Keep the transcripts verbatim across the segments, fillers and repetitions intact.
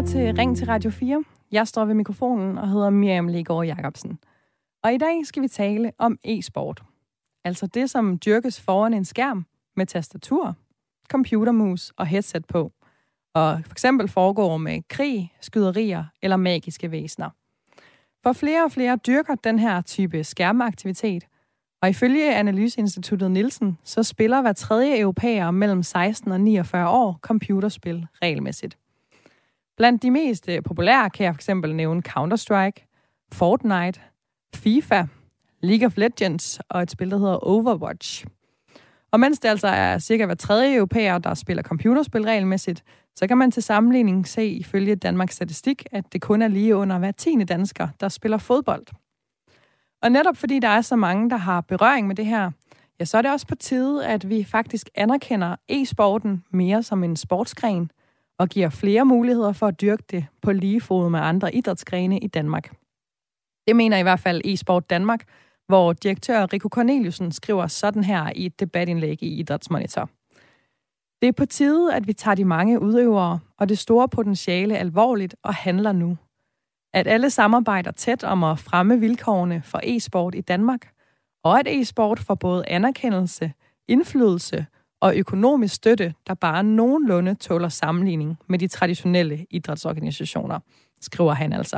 til Ring til Radio fire. Jeg står ved mikrofonen og hedder Miriam Legaard Jacobsen. Og i dag skal vi tale om e-sport. Altså det, som dyrkes foran en skærm med tastatur, computermus og headset på. Og for eksempel foregår med krig, skyderier eller magiske væsener. For flere og flere dyrker den her type skærmaktivitet. Og ifølge Analyseinstituttet Nielsen, så spiller hver tredje europæer mellem seksten og niogfyrre år computerspil regelmæssigt. Blandt de mest populære kan jeg for eksempel nævne Counter-Strike, Fortnite, FIFA, League of Legends og et spil, der hedder Overwatch. Og mens det altså er cirka hver tredje europæer, der spiller computerspil regelmæssigt, så kan man til sammenligning se ifølge Danmarks Statistik, at det kun er lige under hver tiende dansker, der spiller fodbold. Og netop fordi der er så mange, der har berøring med det her, ja, så er det også på tide, at vi faktisk anerkender e-sporten mere som en sportsgren og giver flere muligheder for at dyrke det på lige fod med andre idrætsgrene i Danmark. Det mener i hvert fald eSport Danmark, hvor direktør Rico Corneliusen skriver sådan her i et debatindlæg i Idrætsmonitor. Det er på tide, at vi tager de mange udøvere og det store potentiale alvorligt og handler nu. At alle samarbejder tæt om at fremme vilkårene for e-sport i Danmark, og at e-sport får både anerkendelse, indflydelse og økonomisk støtte, der bare nogenlunde tåler sammenligning med de traditionelle idrætsorganisationer, skriver han altså.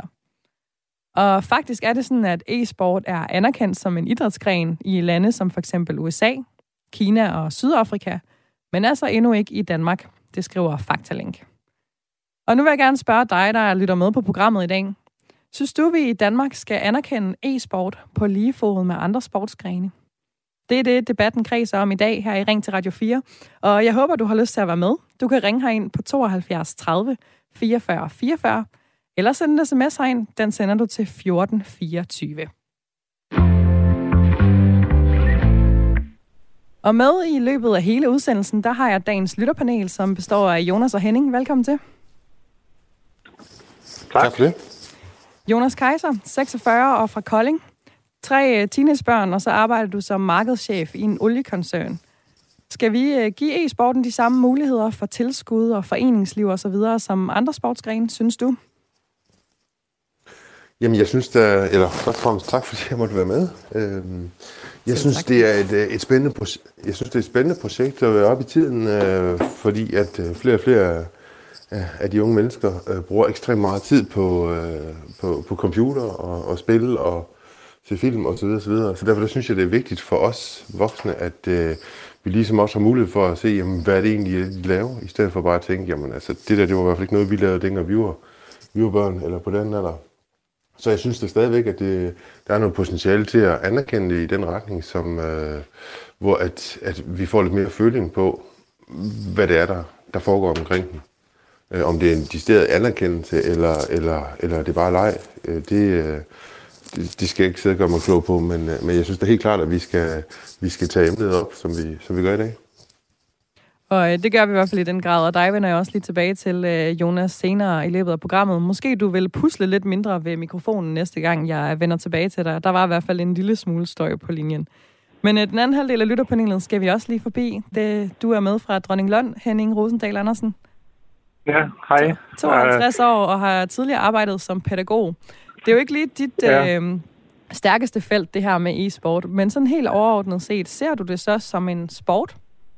Og faktisk er det sådan, at e-sport er anerkendt som en idrætsgren i lande som for eksempel U S A, Kina og Sydafrika, men altså endnu ikke i Danmark, det skriver Faktalink. Og nu vil jeg gerne spørge dig, der lytter med på programmet i dag. Synes du, vi i Danmark skal anerkende e-sport på lige fod med andre sportsgrene? Det er det, debatten kredser om i dag her i Ring til Radio fire. Og jeg håber, du har lyst til at være med. Du kan ringe herind på tooghalvfjerds tredive fireogfyrre fireogfyrre, eller sende en sms herind. Den sender du til fjorten fireogtyve. Og med i løbet af hele udsendelsen, der har jeg dagens lytterpanel, som består af Jonas og Henning. Velkommen til. Tak. Tak for det. Jonas Kaiser, seksogfyrre og fra Kolding. Tre teenagebørn, og så arbejder du som markedschef i en oliekoncern. Skal vi give e-sporten de samme muligheder for tilskud og foreningsliv og så videre som andre sportsgrene, synes du? Jamen, jeg synes, der, eller først og fremmest tak, fordi jeg måtte være med. Øhm, jeg Selv synes, tak. det er et, et spændende projekt. Jeg synes, det er et spændende projekt at være oppe i tiden, øh, fordi at øh, flere og flere øh, af de unge mennesker øh, bruger ekstremt meget tid på, øh, på, på computer og, og spil og se film og så videre, så videre. Så derfor der synes jeg, det er vigtigt for os voksne, at øh, vi ligesom også har mulighed for at se, jamen, hvad er det egentlig, de laver, i stedet for bare at tænke, jamen altså, det der, det var i hvert fald ikke noget, vi lavede, dengang vi var, vi var børn eller på den alder. Så jeg synes det stadigvæk, at det, der er noget potentiale til at anerkende det i den retning, som, øh, hvor at, at vi får lidt mere føling på, hvad det er, der, der foregår omkring den. Øh, om det er en decideret anerkendelse, eller, eller, eller det er bare leg, øh, det, øh, det, det skal jeg ikke sidde og gøre mig klog på, men, øh, men jeg synes det er helt klart, at vi skal, vi skal tage emnet op, som vi, som vi gør i dag. Og øh, det gør vi i hvert fald i den grad, og dig vender jeg også lige tilbage til, øh, Jonas, senere i løbet af programmet. Måske du vil pusle lidt mindre ved mikrofonen næste gang, jeg vender tilbage til dig. Der var i hvert fald en lille smule støj på linjen. Men øh, den anden halvdel af lytterpanelet skal vi også lige forbi. Det, du er med fra Dronninglund, Henning Rosendahl Andersen. Ja, hej. tooghalvtreds år og har tidligere arbejdet som pædagog. Det er jo ikke lige dit ja. øh, stærkeste felt, det her med e-sport, men sådan helt overordnet set, ser du det så som en sport?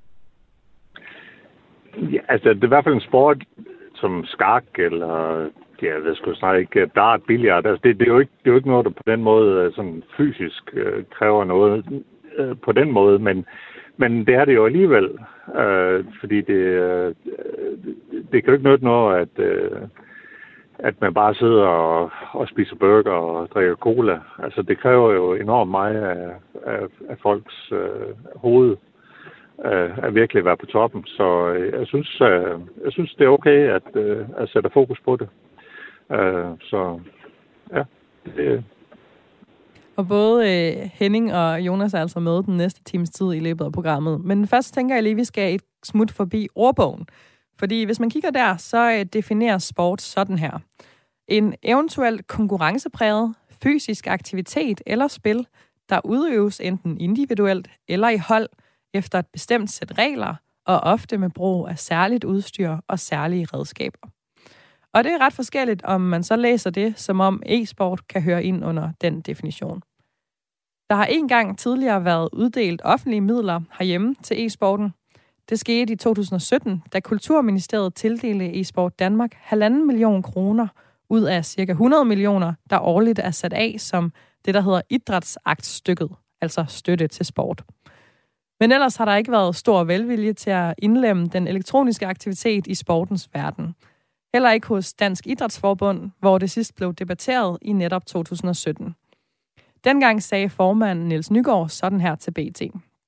Ja, altså, det er i hvert fald en sport som skak, eller ja, jeg ved sgu snart ikke, dart, billard. Altså, det, det, er jo ikke, det er jo ikke noget, der på den måde sådan fysisk øh, kræver noget øh, på den måde, men, men det er det jo alligevel, øh, fordi det, øh, det kan jo ikke nytte noget, at, øh, at man bare sidder og, og spiser burger og drikker cola. Altså, det kræver jo enormt meget af, af, af folks øh, hoved. at virkelig være på toppen. Så jeg synes, jeg synes det er okay at, at sætte fokus på det. Så ja. Det. Og både Henning og Jonas er altså med den næste times tid i løbet af programmet. Men først tænker jeg lige, at vi skal et smut forbi ordbogen. Fordi hvis man kigger der, så definerer sport sådan her. En eventuelt konkurrencepræget fysisk aktivitet eller spil, der udøves enten individuelt eller i hold, efter et bestemt sæt regler, og ofte med brug af særligt udstyr og særlige redskaber. Og det er ret forskelligt, om man så læser det, som om e-sport kan høre ind under den definition. Der har engang tidligere været uddelt offentlige midler herhjemme til e-sporten. Det skete i to tusind og sytten, da Kulturministeriet tildelte e-sport Danmark halvanden million kroner ud af cirka hundrede millioner, der årligt er sat af som det, der hedder idrætsaktstykket, altså støtte til sport. Men ellers har der ikke været stor velvilje til at indlemme den elektroniske aktivitet i sportens verden. Heller ikke hos Dansk Idrætsforbund, hvor det sidst blev debatteret i netop to tusind og sytten. Dengang sagde formanden Niels Nygaard sådan her til B T.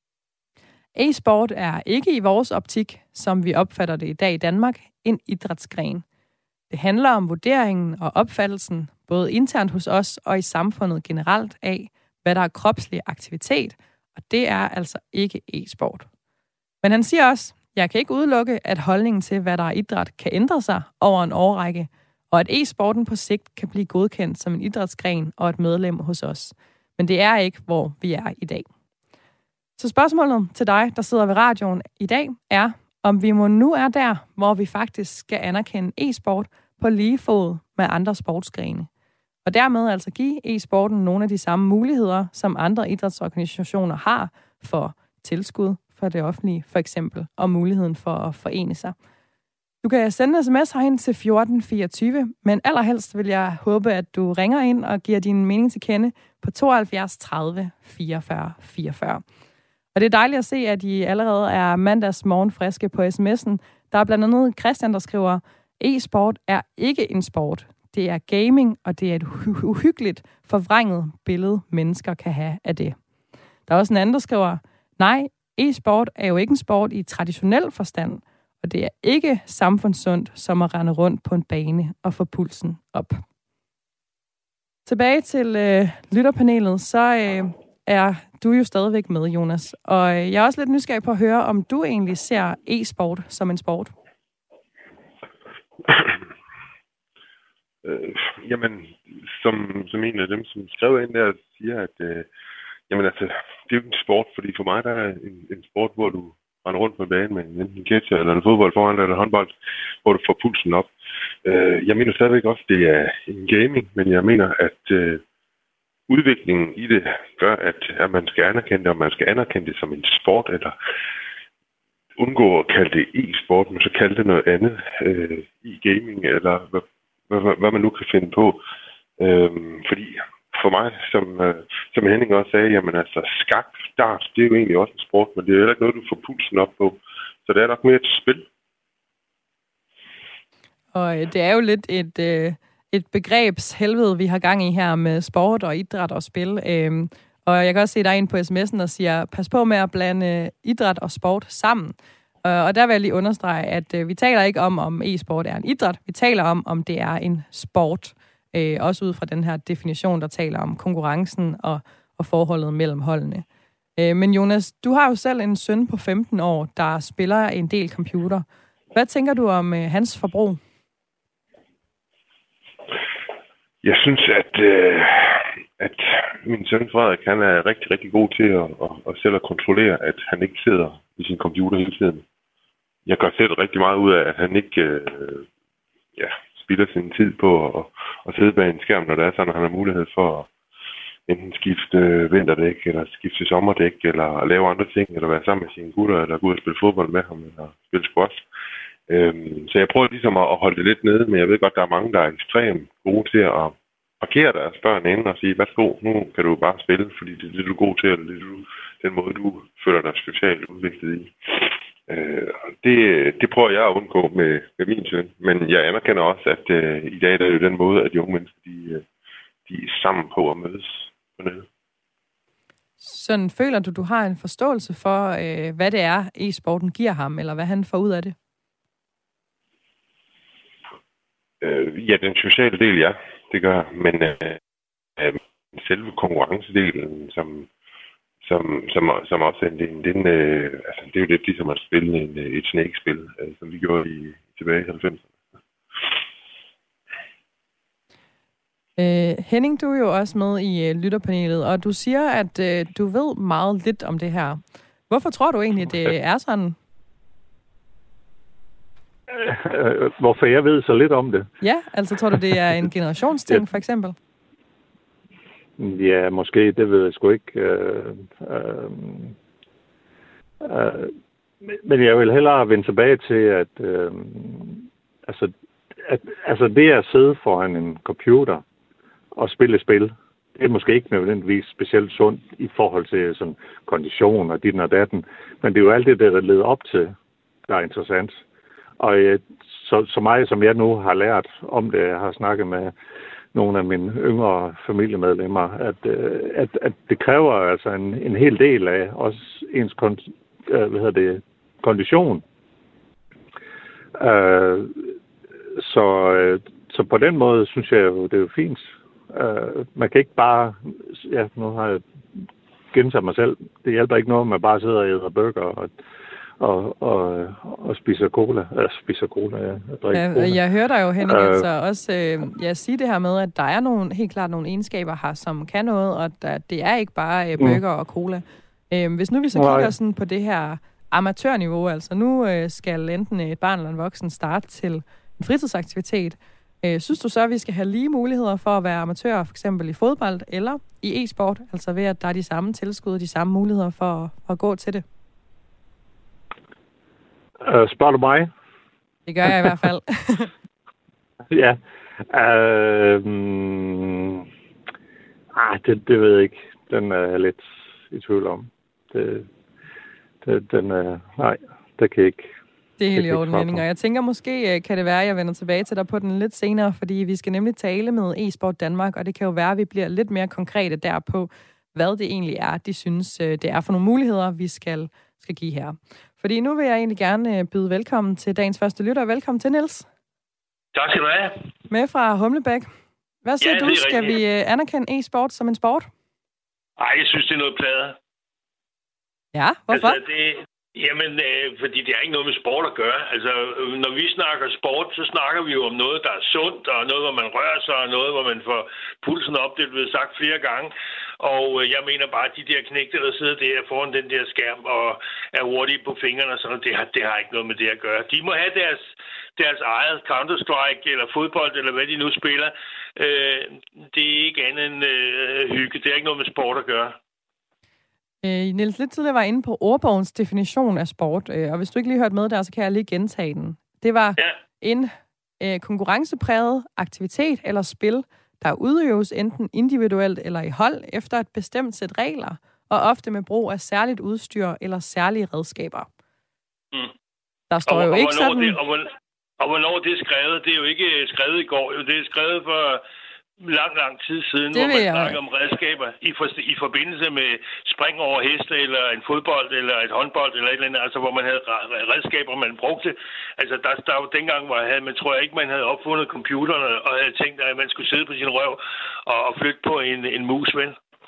E-sport er ikke i vores optik, som vi opfatter det i dag i Danmark, en idrætsgren. Det handler om vurderingen og opfattelsen, både internt hos os og i samfundet generelt af, hvad der er kropslig aktivitet, og det er altså ikke e-sport. Men han siger også, jeg kan ikke udelukke, at holdningen til, hvad der er idræt, kan ændre sig over en årrække, og at e-sporten på sigt kan blive godkendt som en idrætsgren og et medlem hos os. Men det er ikke, hvor vi er i dag. Så spørgsmålet til dig, der sidder ved radioen i dag, er, om vi må nu er der, hvor vi faktisk skal anerkende e-sport på lige fod med andre sportsgrene. Og dermed altså give e-sporten nogle af de samme muligheder, som andre idrætsorganisationer har for tilskud for det offentlige, for eksempel, og muligheden for at forene sig. Du kan sende en sms herind til fjorten fireogtyve, men allerhelst vil jeg håbe, at du ringer ind og giver din mening til kende på tooghalvfjerds tredive fireogfyrre fireogfyrre. Og det er dejligt at se, at I allerede er mandags morgenfriske på sms'en. Der er blandt andet Christian, der skriver, e-sport er ikke en sport. Det er gaming, og det er et uhyggeligt, forvrænget billede, mennesker kan have af det. Der er også en anden, der skriver, nej, e-sport er jo ikke en sport i traditionel forstand, og det er ikke samfundssundt som at rende rundt på en bane og få pulsen op. Tilbage til øh, lytterpanelet, så øh, er du jo stadigvæk med, Jonas. Og jeg er også lidt nysgerrig på at høre, om du egentlig ser e-sport som en sport. Øh, jamen, som, som en af dem, som skrev ind der, siger, at øh, jamen, altså, det er jo ikke en sport, fordi for mig der er en, en sport, hvor du render rundt på banen med enten en catcher eller en fodbold foran dig, eller en håndbold, hvor du får pulsen op. Øh, jeg mener stadigvæk også, at det er en gaming, men jeg mener, at øh, udviklingen i det gør, at, at man skal anerkende det, og man skal anerkende det som en sport, eller undgå at kalde det e-sport, men så kalde det noget andet, øh, e-gaming, eller hvad, hvad, hvad man nu kan finde på. Øh, fordi for mig, som, øh, som Henning også sagde, jamen altså skak, dart, det er jo egentlig også en sport, men det er jo heller ikke noget, du får pulsen op på. Så det er nok mere et spil. Og det er jo lidt et, øh, et begrebshelvede, vi har gang i her med sport og idræt og spil. Øhm, og jeg kan også se, der er en på sms'en, der siger, pas på med at blande idræt og sport sammen. Og der vil jeg lige understrege, at øh, vi taler ikke om, om e-sport er en idræt. Vi taler om, om det er en sport. Øh, også ud fra den her definition, der taler om konkurrencen og, og forholdet mellem holdene. Øh, men Jonas, du har jo selv en søn på femten år, der spiller en del computer. Hvad tænker du om øh, hans forbrug? Jeg synes, at, øh, at min søn Frederik, han er rigtig, rigtig god til at, at, at selv at kontrollere, at han ikke sidder i sin computer hele tiden. Jeg gør selv rigtig meget ud af, at han ikke øh, ja, spilder sin tid på at, at sidde bag en skærm, når det er sådan, at han har mulighed for at enten skifte vinterdæk, eller skifte sommerdæk, eller lave andre ting, eller være sammen med sine gutter, eller gå ud og spille fodbold med ham, eller spille squash. Øhm, så jeg prøver ligesom at holde det lidt nede, men jeg ved godt, der er mange, der er ekstremt gode til at parkere deres børn inde og sige, værsgo, nu kan du bare spille, fordi det er det, du er god til, eller det er den måde, du føler dig specielt udviklet i. Øh, det, det prøver jeg at undgå med, med min søn, men jeg anerkender også, at øh, i dag der er jo den måde, at de unge mennesker, de, de er sammen på at mødes på nettet. Sådan føler du, du har en forståelse for, øh, hvad det er, e-sporten giver ham, eller hvad han får ud af det? Øh, ja, den sociale del, ja, det gør. Men øh, øh, selve konkurrencedelen, som, som, som, som også er en, den, øh, altså, det er jo lidt ligesom at spille en, et Snake-spil, øh, som vi gjorde i, tilbage i halvfemserne. Øh, Henning, du er jo også med i øh, lytterpanelet, og du siger, at øh, du ved meget lidt om det her. Hvorfor tror du egentlig, det er sådan? øh, hvorfor jeg ved så lidt om det. Ja, altså tror du, det er en generationsting, for eksempel? Ja, måske, det ved jeg sgu ikke. Øh, øh, øh, men jeg vil hellere vende tilbage til, at, øh, altså, at altså det at sidde foran en computer og spille spil, det er måske ikke nødvendigvis specielt sundt i forhold til sådan kondition og dit og datten, men det er jo alt det, der leder op til, der er interessant. Og øh, så, så meget som jeg nu har lært om det, jeg har snakket med nogle af mine yngre familiemedlemmer, at, øh, at, at det kræver altså en, en hel del af også ens kon, øh, hvad hedder det, kondition. Øh, så, øh, så på den måde synes jeg jo, det er jo fint. Øh, man kan ikke bare, ja, nu har jeg gentaget mig selv, det hjælper ikke noget, at man bare sidder og æder burger og Og, og, og spiser cola. Øh, spiser cola, ja. ja cola. Jeg hører dig jo, Henning, øh, altså også øh, ja, sige det her med, at der er nogle, helt klart nogle egenskaber her, som kan noget, og der, det er ikke bare øh, burger mm. og cola. Øh, hvis nu vi så kigger sådan på det her amatørniveau, altså nu øh, skal enten et barn eller en voksen starte til en fritidsaktivitet. Øh, synes du så, at vi skal have lige muligheder for at være amatør, for eksempel i fodbold eller i e-sport, altså ved at der er de samme tilskud og de samme muligheder for, for at gå til det? Uh, spørger du mig? Det gør jeg i hvert fald. ja. Uh, um, ah, det, det ved jeg ikke. Den er jeg lidt i tvivl om. Det, det, den er... Nej, det kan jeg ikke. Det er helt i orden, Henning. Og jeg tænker måske, kan det være, at jeg vender tilbage til dig på den lidt senere, fordi vi skal nemlig tale med eSport Danmark, og det kan jo være, at vi bliver lidt mere konkrete derpå, hvad det egentlig er, de synes, det er for nogle muligheder, vi skal, skal give her. Fordi nu vil jeg egentlig gerne byde velkommen til dagens første lytter. Velkommen til, Niels. Tak skal du have. Med fra Humlebæk. Hvad siger ja, du? Skal rigtigt. Vi anerkende e-sport som en sport? Nej, jeg synes, det er noget plader. Ja, hvorfor? Altså, det, jamen, øh, fordi det er ikke noget med sport at gøre. Altså, når vi snakker sport, så snakker vi jo om noget, der er sundt, og noget, hvor man rører sig, og noget, hvor man får pulsen op. Det er blevet sagt flere gange. Og øh, jeg mener bare, at de der knægte, der sidder der foran den der skærm og er hurtige på fingrene og sådan, det har, det har ikke noget med det at gøre. De må have deres, deres eget Counter-Strike eller fodbold, eller hvad de nu spiller. Øh, det er ikke andet end øh, hygge. Det er ikke noget med sport at gøre. Øh, Niels, lidt tidligere var inde på ordbogens definition af sport, øh, og hvis du ikke lige hørte med der, så kan jeg lige gentage den. Det var ja. en øh, konkurrencepræget aktivitet eller spil, der udøves enten individuelt eller i hold efter et bestemt sæt regler, og ofte med brug af særligt udstyr eller særlige redskaber. Mm. Der står og, jo og ikke sådan... Det, og, hvornår, og hvornår det er skrevet? Det er jo ikke skrevet i går. Det er skrevet for lang, lang tid siden, det hvor man jeg... snakker om redskaber i, for, i forbindelse med spring over heste, eller en fodbold, eller et håndbold, eller et eller andet, altså hvor man havde redskaber, man brugte. Altså der, der var dengang, hvor havde, man tror jeg ikke, man havde opfundet computerne, og havde tænkt, at man skulle sidde på sin røv og, og flytte på en, en mus, vel?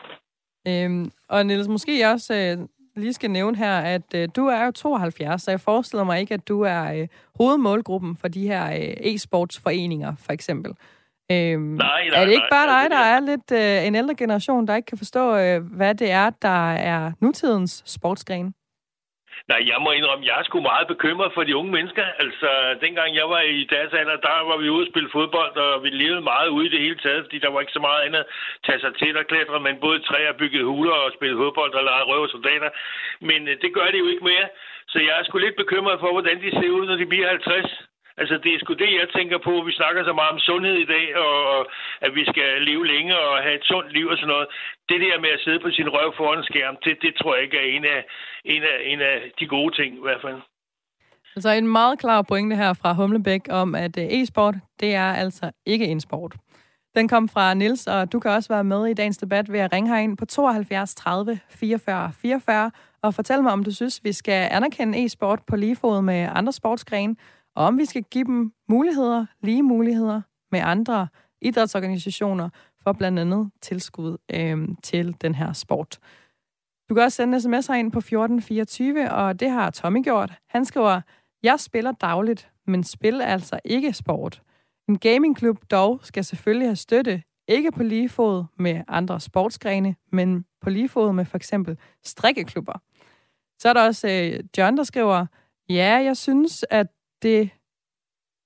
Øhm, og Niels, måske jeg også øh, lige skal nævne her, at øh, du er jo tooghalvfjerds, så jeg forestiller mig ikke, at du er øh, hovedmålgruppen for de her øh, e-sportsforeninger, for eksempel. Øhm, nej, nej, er det ikke bare nej, dig, der er lidt øh, en ældre generation, der ikke kan forstå, øh, hvad det er, der er nutidens sportsgren? Nej, jeg må indrømme, jeg er sgu meget bekymret for de unge mennesker. Altså, dengang jeg var i deres alder, der var vi ude og spille fodbold, og vi levede meget ude i det hele taget, fordi der var ikke så meget andet at tage sig til og klatre, men både træer, byggede huler og spille fodbold og lege røve soldater. Men øh, det gør det jo ikke mere. Så jeg er sgu lidt bekymret for, hvordan de ser ud, når de bliver halvtreds. Altså, det er sgu det, jeg tænker på. Vi snakker så meget om sundhed i dag, og at vi skal leve længe og have et sundt liv og sådan noget. Det der med at sidde på sin røv foran en skærm, det, det tror jeg ikke er en af, en, af, en af de gode ting i hvert fald. Altså en meget klar pointe her fra Humlebæk om, at e-sport, det er altså ikke en sport. Den kom fra Niels, og du kan også være med i dagens debat ved at ringe herind på tooghalvfjerds tredive fireogfyrre fireogfyrre og fortæl mig, om du synes, vi skal anerkende e-sport på lige fod med andre sportsgrene, og om vi skal give dem muligheder, lige muligheder med andre idrætsorganisationer for blandt andet tilskud øh, til den her sport. Du kan også sende sms'er ind på fjorten fireogtyve, og det har Tommy gjort. Han skriver, jeg spiller dagligt, men spil er altså ikke sport. En gamingklub dog skal selvfølgelig have støtte, ikke på lige fod med andre sportsgrene, men på lige fod med for eksempel strikkeklubber. Så er der også øh, John, der skriver, ja, jeg synes, at det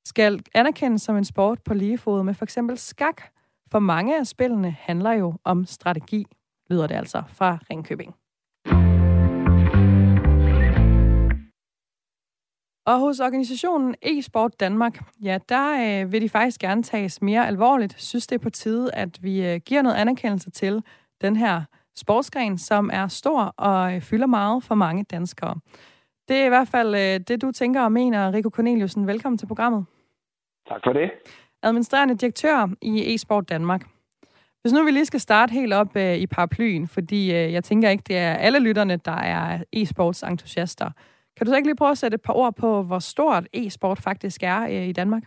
skal anerkendes som en sport på lige fod med for eksempel skak. For mange af spillene handler jo om strategi, lyder det altså fra Ringkøbing. Og hos organisationen E-Sport Danmark, ja, der øh, vil de faktisk gerne tages mere alvorligt. Synes det er på tide, at vi øh, giver noget anerkendelse til den her sportsgren, som er stor og øh, fylder meget for mange danskere. Det er i hvert fald øh, det, du tænker og mener, Rico Corneliusen. Velkommen til programmet. Tak for det. Administrerende direktør i E-Sport Danmark. Hvis nu vi lige skal starte helt op øh, i paraplyen, fordi øh, jeg tænker ikke, det er alle lytterne, der er e-sports entusiaster. Kan du så ikke lige prøve at sætte et par ord på, hvor stort e-sport faktisk er øh, i Danmark?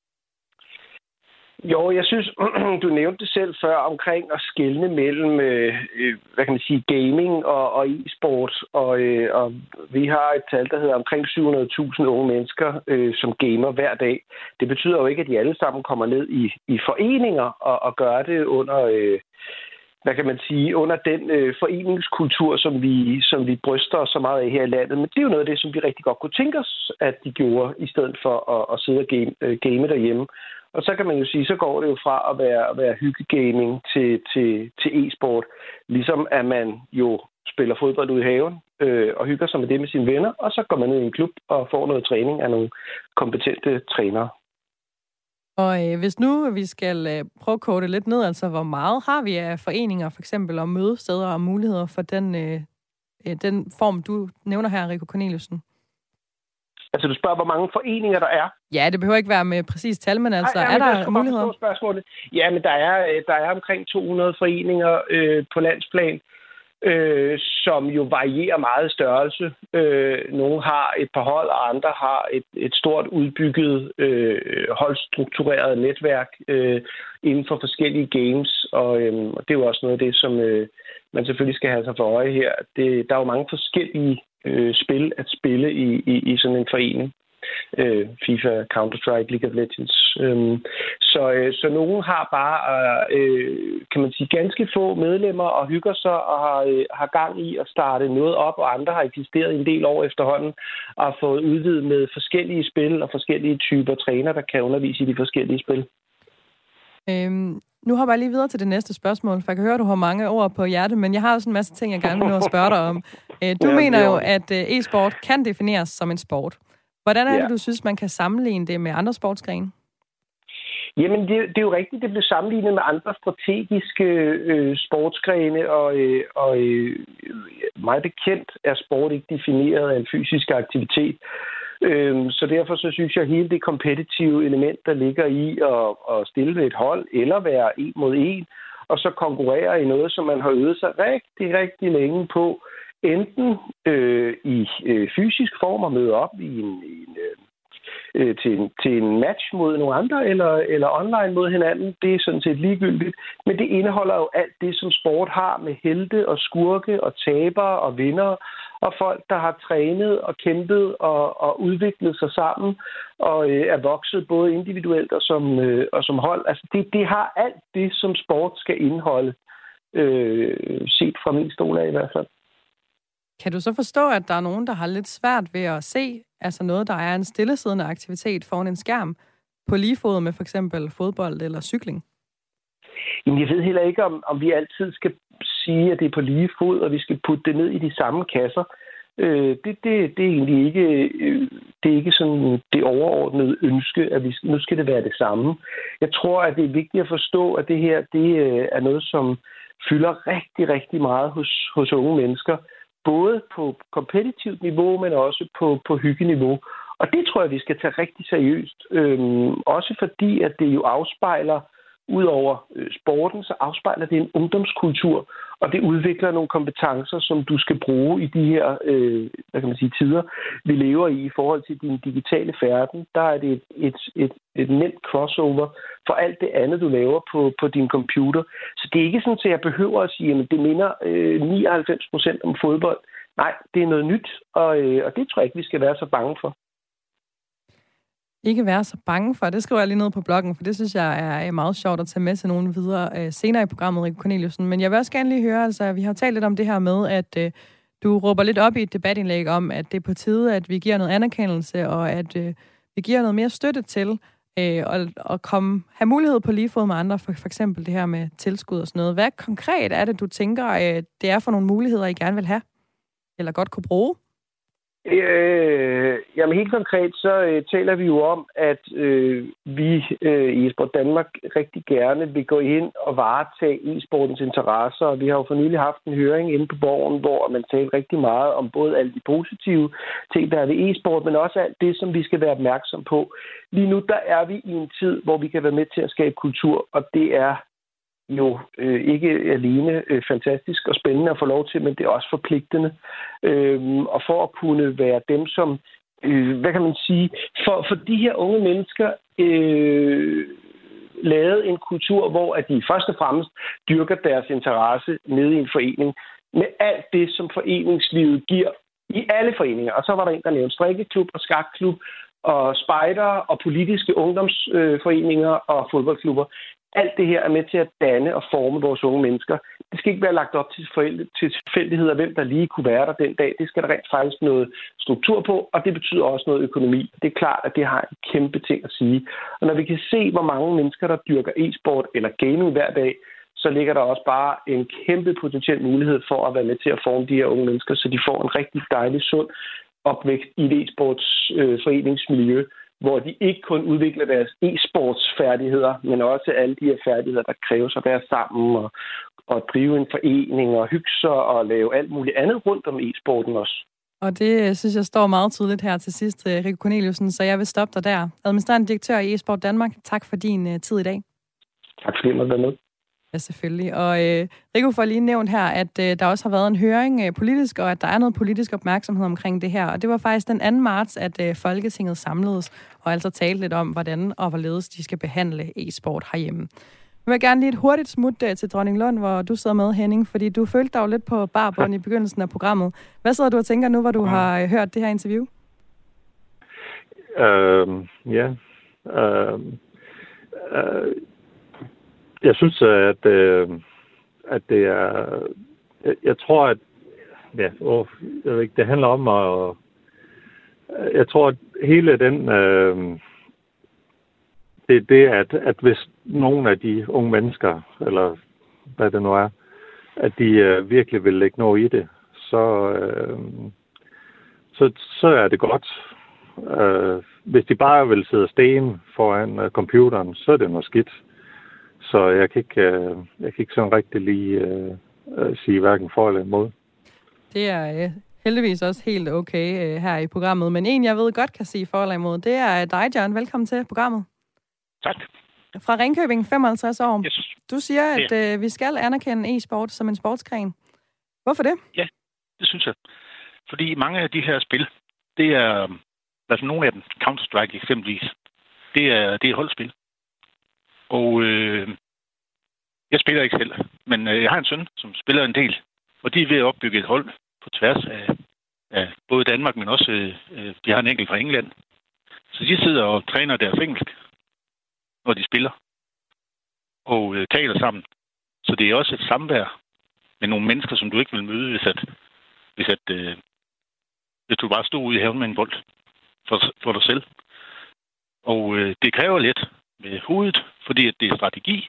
Jo, jeg synes, du nævnte det selv før omkring at skelne mellem, øh, hvad kan man sige, gaming og, og e-sport. Og, øh, og vi har et tal, der hedder omkring syv hundrede tusind unge mennesker, øh, som gamer hver dag. Det betyder jo ikke, at de alle sammen kommer ned i, i foreninger og, og gør det under... Øh, hvad kan man sige, under den øh, foreningskultur, som vi, som vi bryster os så meget af her i landet. Men det er jo noget af det, som vi rigtig godt kunne tænke os, at de gjorde, i stedet for at, at sidde og game, øh, game derhjemme. Og så kan man jo sige, så går det jo fra at være, at være hyggegaming til, til, til e-sport. Ligesom at man jo spiller fodbold ude i haven øh, og hygger sig med det med sine venner, og så går man ned i en klub og får noget træning af nogle kompetente trænere. Og øh, hvis nu vi skal øh, prøve at kode lidt ned, altså hvor meget har vi af foreninger, for eksempel, og mødesteder og muligheder for den, øh, den form, du nævner her, Rico Corneliusen? Altså, du spørger, hvor mange foreninger der er? Ja, det behøver ikke være med præcis tal, men altså, Ej, ja, men er der, der muligheder? Spørgsmålet. Ja, men der er, der er omkring to hundrede foreninger øh, på landsplan, øh, som jo varierer meget i størrelse. Øh, nogle har et par hold, og andre har et, et stort udbygget, øh, holdstruktureret netværk øh, inden for forskellige games, og, øh, og det er jo også noget af det, som øh, man selvfølgelig skal have sig for øje her. Det, der er jo mange forskellige øh, spil at spille i, i, i sådan en forening. Øh, FIFA, Counter-Strike, League of Legends. Øhm, så, øh, så nogen har bare, øh, kan man sige, ganske få medlemmer og hygger sig og har, øh, har gang i at starte noget op, og andre har eksisteret en del år efterhånden og har fået udvidet med forskellige spil og forskellige typer træner, der kan undervise i de forskellige spil. Øhm, nu hopper jeg lige videre til det næste spørgsmål, for jeg kan høre, at du har mange ord på hjertet, men jeg har også en masse ting, jeg gerne vil nå at spørge dig om. Øh, du ja, mener jo, at øh, e-sport kan defineres som en sport. Hvordan er det, ja. du synes, man kan sammenligne det med andre sportsgrene? Jamen, det, det er jo rigtigt. Det bliver sammenlignet med andre strategiske øh, sportsgrene, og, øh, og øh, meget bekendt er sport ikke defineret af en fysisk aktivitet. Øh, så derfor så synes jeg, at hele det kompetitive element, der ligger i at, at stille med et hold, eller være en mod en, og så konkurrere i noget, som man har øvet sig rigtig, rigtig længe på, enten øh, i øh, fysisk form og møde op i en, i en, øh, til, en, til en match mod nogle andre, eller, eller online mod hinanden, det er sådan set ligegyldigt. Men det indeholder jo alt det, som sport har med helte og skurke og tabere og vindere, og folk, der har trænet og kæmpet og, og udviklet sig sammen, og øh, er vokset både individuelt og som, øh, og som hold. Altså det, det har alt det, som sport skal indeholde, øh, set fra min stol af i hvert fald. Kan du så forstå, at der er nogen, der har lidt svært ved at se altså noget, der er en stillesiddende aktivitet foran en skærm, på lige fod med for eksempel fodbold eller cykling? Jamen, jeg ved heller ikke, om, om vi altid skal sige, at det er på lige fod, og vi skal putte det ned i de samme kasser. Øh, det, det, det er egentlig ikke, øh, det er ikke sådan det overordnede ønske, at vi, nu skal det være det samme. Jeg tror, at det er vigtigt at forstå, at det her det øh, er noget, som fylder rigtig, rigtig meget hos, hos unge mennesker. Både på kompetitivt niveau, men også på, på hyggeniveau. Og det tror jeg, vi skal tage rigtig seriøst. Øhm, også fordi, at det jo afspejler, ud over øh, sporten, så afspejler det en ungdomskultur, og det udvikler nogle kompetencer, som du skal bruge i de her øh, hvad kan man sige, tider, vi lever i i forhold til din digitale færden. Der er det et, et, et, et nemt crossover for alt det andet, du laver på, på din computer. Så det er ikke sådan, at jeg behøver at sige, at det minder øh, nioghalvfems procent om fodbold. Nej, det er noget nyt, og, øh, og det tror jeg ikke, vi skal være så bange for. Ikke være så bange for. Det skriver jeg lige ned på bloggen, for det synes jeg er meget sjovt at tage med til nogen videre øh, senere i programmet, Rico Corneliusen. Men jeg vil også gerne lige høre, altså vi har talt lidt om det her med, at øh, du råber lidt op i et debatindlæg om, at det er på tide, at vi giver noget anerkendelse, og at øh, vi giver noget mere støtte til øh, og, og komme, have mulighed på lige fod med andre, for, for eksempel det her med tilskud og sådan noget. Hvad konkret er det, du tænker, øh, det er for nogle muligheder, I gerne vil have? Eller godt kunne bruge? Øh, jamen helt konkret, så øh, taler vi jo om, at øh, vi øh, i eSport Danmark rigtig gerne vil gå ind og varetage e-sportens interesser. Og vi har jo for nylig haft en høring inde på Borgen, hvor man talte rigtig meget om både alle de positive ting, der er ved e-sport, men også alt det, som vi skal være opmærksom på. Lige nu, der er vi i en tid, hvor vi kan være med til at skabe kultur, og det er jo øh, ikke alene øh, fantastisk og spændende at få lov til, men det er også forpligtende. Øhm, og for at kunne være dem, som, øh, hvad kan man sige, for, for de her unge mennesker øh, lavede en kultur, hvor at de først og fremmest dyrker deres interesse nede i en forening, med alt det, som foreningslivet giver i alle foreninger. Og så var der en, der nævnte strikkeklub og skakklub, og spejder og politiske ungdomsforeninger øh, og fodboldklubber. Alt det her er med til at danne og forme vores unge mennesker. Det skal ikke være lagt op til, forældre, til tilfældigheder, hvem der lige kunne være der den dag. Det skal der rent faktisk noget struktur på, og det betyder også noget økonomi. Det er klart, at det har en kæmpe ting at sige. Og når vi kan se, hvor mange mennesker, der dyrker e-sport eller gaming hver dag, så ligger der også bare en kæmpe potentiel mulighed for at være med til at forme de her unge mennesker, så de får en rigtig dejlig, sund opvækst i et e-sports øh, foreningsmiljø, hvor de ikke kun udvikler deres e-sportsfærdigheder, men også alle de her færdigheder, der kræves at være sammen og, og drive en forening og hygge sig og lave alt muligt andet rundt om e-sporten også. Og det synes jeg står meget tydeligt her til sidst, Rico Corneliussen, så jeg vil stoppe dig der. Administrerende direktør i eSport Danmark, tak for din uh, tid i dag. Tak fordi jeg måtte være med. Ja, selvfølgelig. Og øh, Rico får lige nævnt her, at øh, der også har været en høring øh, politisk, og at der er noget politisk opmærksomhed omkring det her. Og det var faktisk den anden marts, at øh, Folketinget samledes og altså talte lidt om, hvordan og hvorledes de skal behandle e-sport herhjemme. Jeg vil gerne lige et hurtigt smut øh, til Dronninglund, hvor du sidder med, Henning, fordi du følte dig jo lidt på barbund i begyndelsen af programmet. Hvad sidder du og tænker nu, hvor du har øh, hørt det her interview? Uh, ja. Uh, uh... Jeg synes, at, øh, at det er... Jeg, jeg tror, at... Ja, åh, jeg ved ikke, det handler om at... Jeg tror, at hele den... Øh, det er det, at, at hvis nogle af de unge mennesker, eller hvad det nu er, at de øh, virkelig vil lægge noget i det, så, øh, så, så er det godt. Øh, hvis de bare vil sidde sten foran øh, computeren, så er det noget skidt. Så jeg kan ikke, øh, jeg kan ikke sådan rigtig lige øh, sige hverken for eller imod. Det er øh, heldigvis også helt okay øh, her i programmet. Men en, jeg ved godt kan sige for eller imod, det er dig, John. Velkommen til programmet. Tak. Fra Ringkøbing, femoghalvtreds år. Yes. Du siger, at ja. øh, vi skal anerkende e-sport som en sportsgren. Hvorfor det? Ja, det synes jeg. Fordi mange af de her spil, det er, altså nogle af dem, Counter-Strike eksempelvis, det er, det er holdspil. Og øh, jeg spiller ikke selv, men øh, jeg har en søn, som spiller en del. Og de er ved at opbygge et hold på tværs af, af både Danmark, men også øh, de har en enkelt fra England. Så de sidder og træner deres engelsk, når de spiller. Og øh, taler sammen. Så det er også et samvær med nogle mennesker, som du ikke vil møde, hvis, at, hvis, at, øh, hvis du bare stod ude i haven med en bold for, for dig selv. Og øh, det kræver lidt med hovedet, fordi at det er strategi.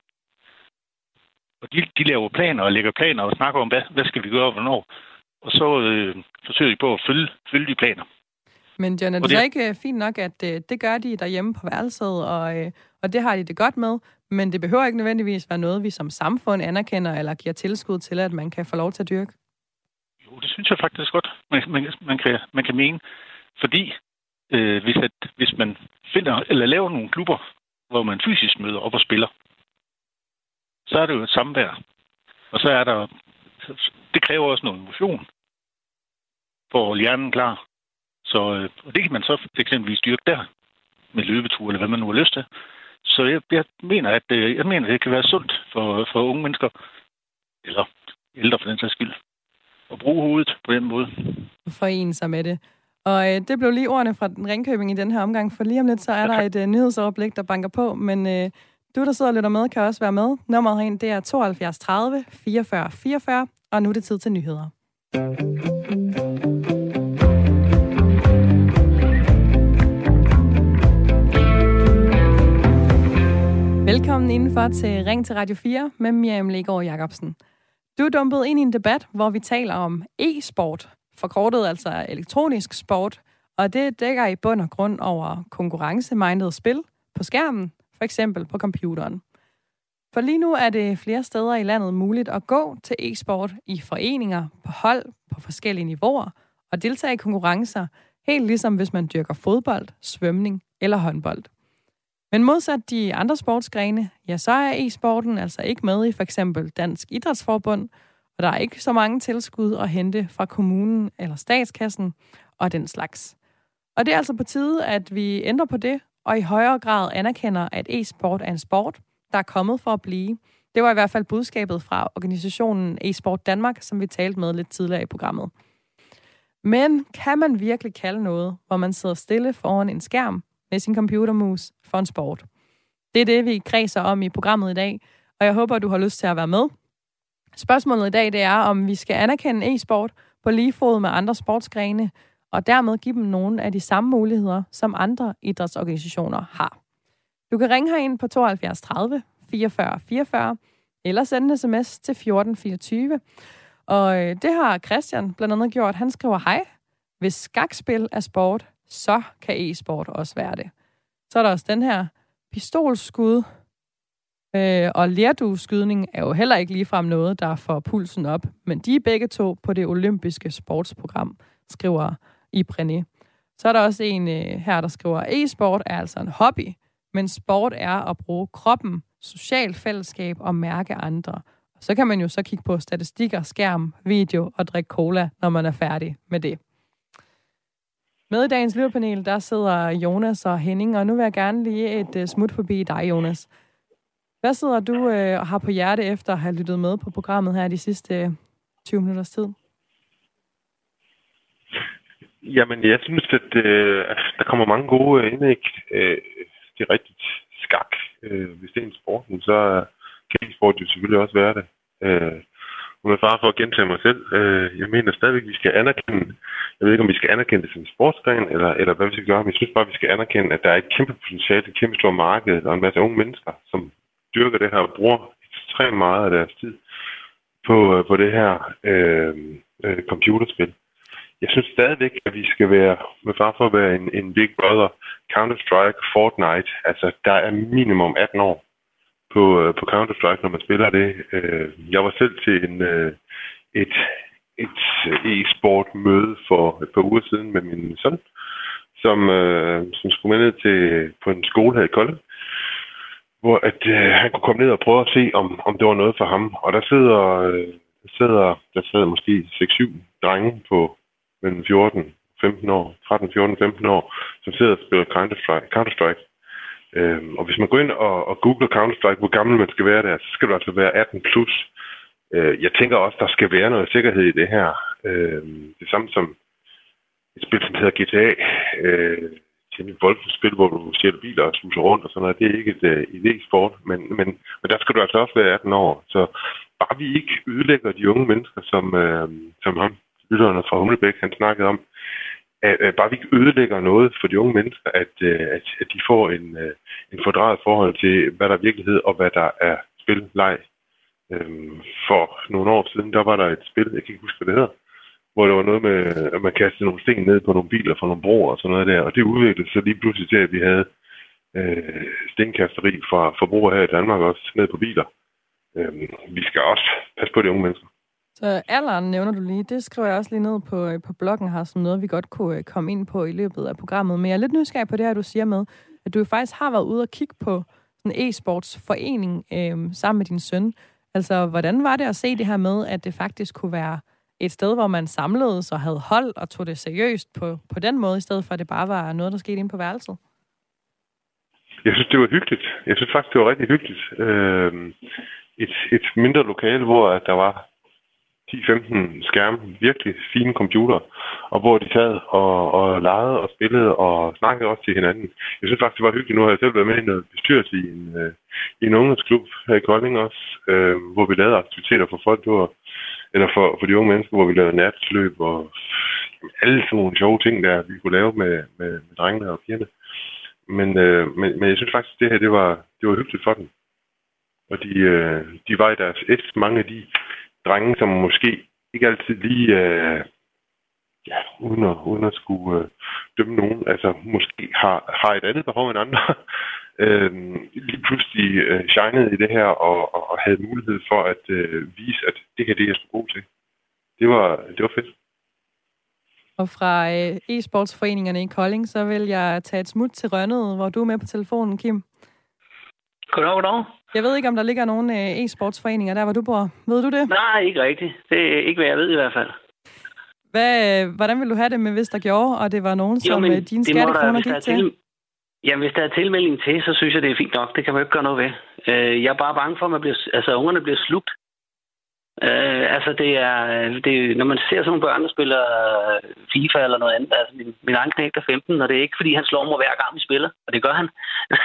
Og de, de laver planer og lægger planer og snakker om, hvad, hvad skal vi gøre og hvornår. Og så øh, forsøger de på at følge, følge de planer. Men John, er det, det så ikke fint nok, at øh, det gør de derhjemme på værelset, og, øh, og det har de det godt med, men det behøver ikke nødvendigvis være noget, vi som samfund anerkender eller giver tilskud til, at man kan få lov til at dyrke? Jo, det synes jeg faktisk godt, man, man, man, kan, man kan mene. Fordi øh, hvis, at, hvis man finder eller laver nogle klubber, hvor man fysisk møder op og spiller, så er det jo et samvær. Og så er der... Det kræver også noget emotion for at holde hjernen klar. Så og det kan man så eksempelvis dyrke der med løbetur, eller hvad man nu har lyst til. Så jeg, jeg mener, at jeg mener, at det kan være sundt for, for unge mennesker, eller ældre for den sags skyld, at bruge hovedet på den måde. Forene sig med det. Og øh, det blev lige ordene fra Ringkøbing i den her omgang, for lige om lidt, så er der et øh, nyhedsoverblik, der banker på, men øh, du, der sidder og lytter med, kan også være med. Nummeret herind, det er tooghalvfjerds tredive fireogfyrre fireogfyrre, og nu er det tid til nyheder. Velkommen indenfor til Ring til Radio fire med Miriam Legaard Jacobsen. Du er dumpet ind i en debat, hvor vi taler om e-sport, forkortet altså elektronisk sport, og det dækker i bund og grund over konkurrencemindede spil på skærmen, for eksempel på computeren. For lige nu er det flere steder i landet muligt at gå til e-sport i foreninger, på hold, på forskellige niveauer og deltage i konkurrencer, helt ligesom hvis man dyrker fodbold, svømning eller håndbold. Men modsat de andre sportsgrene, ja, så er e-sporten altså ikke med i for eksempel Dansk Idrætsforbund, og der er ikke så mange tilskud at hente fra kommunen eller statskassen og den slags. Og det er altså på tide, at vi ændrer på det, og i højere grad anerkender, at e-sport er en sport, der er kommet for at blive. Det var i hvert fald budskabet fra organisationen e-sport Danmark, som vi talte med lidt tidligere i programmet. Men kan man virkelig kalde noget, hvor man sidder stille foran en skærm med sin computermus for en sport? Det er det, vi kredser om i programmet i dag, og jeg håber, du har lyst til at være med. Spørgsmålet i dag, det er, om vi skal anerkende e-sport på lige fod med andre sportsgrene, og dermed give dem nogle af de samme muligheder, som andre idrætsorganisationer har. Du kan ringe herind på tooghalvfjerds tredive fireogfyrre fireogfyrre, eller sende en sms til fjorten fireogtyve. Og det har Christian blandt andet gjort. Han skriver, hej, hvis skakspil er sport, så kan e-sport også være det. Så er der også den her pistolskud, øh, og lerdueskydning er jo heller ikke ligefrem noget, der får pulsen op. Men de er begge to på det olympiske sportsprogram, skriver Ibrene. Så er der også en øh, her, der skriver, e-sport er altså en hobby, men sport er at bruge kroppen, social fællesskab og mærke andre. Så kan man jo så kigge på statistikker, skærm, video og drikke cola, når man er færdig med det. Med i dagens lytterpanel, der sidder Jonas og Henning, og nu vil jeg gerne lige et uh, smut forbi dig, Jonas. Hvad sidder du uh, og har på hjerte efter at have lyttet med på programmet her de sidste uh, tyve minutters tid? Jamen, jeg synes, at øh, der kommer mange gode indlæg. Øh, det er rigtigt skak. Øh, hvis det er en sporten, så kan e-sport jo selvfølgelig også være det. Øh, og med far for at gentage mig selv, øh, jeg mener stadigvæk, at vi skal anerkende, jeg ved ikke, om vi skal anerkende det som en sportsgren, eller, eller hvad vi skal gøre, men jeg synes bare, at vi skal anerkende, at der er et kæmpe potentiale, et kæmpe stort marked, og en masse unge mennesker, som dyrker det her og bruger ekstremt meget af deres tid på, på det her øh, øh, computerspil. Jeg synes stadigvæk, at vi skal være, med far for at være en, en Big Brother, Counter-Strike, Fortnite, altså der er minimum atten år på, på Counter-Strike, når man spiller det. Jeg var selv til en, et, et e-sport-møde for et par uger siden med min søn, som, som skulle med ned til, på en skole her i Kolding, hvor at, han kunne komme ned og prøve at se, om, om det var noget for ham. Og der sidder, der sidder, der sidder måske seks syv drenge på mellem fjorten femten år, tretten fjorten femten år, som sidder og spiller Counter-Strike. Counter-Strike. Øhm, og hvis man går ind og, og googler Counter-Strike, hvor gammel man skal være der, så skal du altså være atten plus. Øh, jeg tænker også, der skal være noget sikkerhed i det her. Øh, det samme som et spil, som hedder G T A. Øh, et voldspil, hvor du stjæler biler og suser rundt og sådan noget. Det er ikke et, et e-sport, men, men, men der skal du altså også være atten år. Så bare vi ikke ødelægger de unge mennesker, som, øh, som ham, lytterne fra Humlebæk, han snakkede om, at, at bare vi ikke ødelægger noget for de unge mennesker, at, at, at de får en, en fordrejet forhold til, hvad der er virkelighed og hvad der er spil-leg. Øhm, for nogle år siden, der var der et spil, jeg kan ikke huske, hvad det hedder, hvor der var noget med, at man kastede nogle sten ned på nogle biler fra nogle broer og sådan noget der, og det udviklede sig lige pludselig til, at vi havde øh, stenkasteri fra forbrugere her i Danmark også ned på biler. Øhm, vi skal også passe på de unge mennesker. Så alderen nævner du lige. Det skriver jeg også lige ned på, på bloggen her, som noget, vi godt kunne komme ind på i løbet af programmet. Men jeg er lidt nysgerrig på det her, du siger med, at du faktisk har været ude og kigge på en e-sportsforening øh, sammen med din søn. Altså, hvordan var det at se det her med, at det faktisk kunne være et sted, hvor man samledes og havde hold og tog det seriøst på, på den måde, i stedet for at det bare var noget, der skete inde på værelset? Jeg synes, det var hyggeligt. Jeg synes faktisk, det var rigtig hyggeligt. Øh, et, et mindre lokale, hvor der var ti femten skærme, virkelig fine computer, og hvor de sad og, og legede og spillede og snakkede også til hinanden. Jeg synes faktisk, det var hyggeligt. Nu har jeg selv været med i noget bestyrelse i en, øh, i en ungdomsklub her i Kolding også, øh, hvor vi lavede aktiviteter for folk, var, eller for, for de unge mennesker, hvor vi lavede natsløb og jamen, alle sådan nogle sjove ting, der vi kunne lave med, med, med drengene og pigerne. Men, øh, men, men jeg synes faktisk, det her, det var, det var hyggeligt for dem. Og de, øh, de var i deres et, mange af de drenge, som måske ikke altid lige, øh, ja, uden at, uden at skulle øh, dømme nogen, altså måske har, har et andet behov end andre, øh, lige pludselig øh, shinede i det her og, og, og havde mulighed for at øh, vise, at det her det er jeg så god til. Det var, det var fedt. Og fra øh, e-sportsforeningerne i Kolding, så vil jeg tage et smut til Rønnede, hvor du er med på telefonen, Kim. Goddag, goddag. Jeg ved ikke, om der ligger nogen øh, e-sportsforeninger der, hvor du bor. Ved du det? Nej, ikke rigtigt. Det er ikke, hvad jeg ved i hvert fald. Hvad, øh, hvordan vil du have det med, hvis der gjorde, og det var nogen, jo, som øh, dine skattekroner gik til? til? Jamen, hvis der er tilmelding til, så synes jeg, det er fint nok. Det kan man jo ikke gøre noget ved. Øh, jeg er bare bange for, at man bliver, altså, ungerne bliver slugt. Øh, altså, det er, det, når man ser sådan nogle børn, der spiller FIFA eller noget andet, altså min, min egen knægt er femten, og det er ikke, fordi han slår mig hver gang, vi spiller, og det gør han.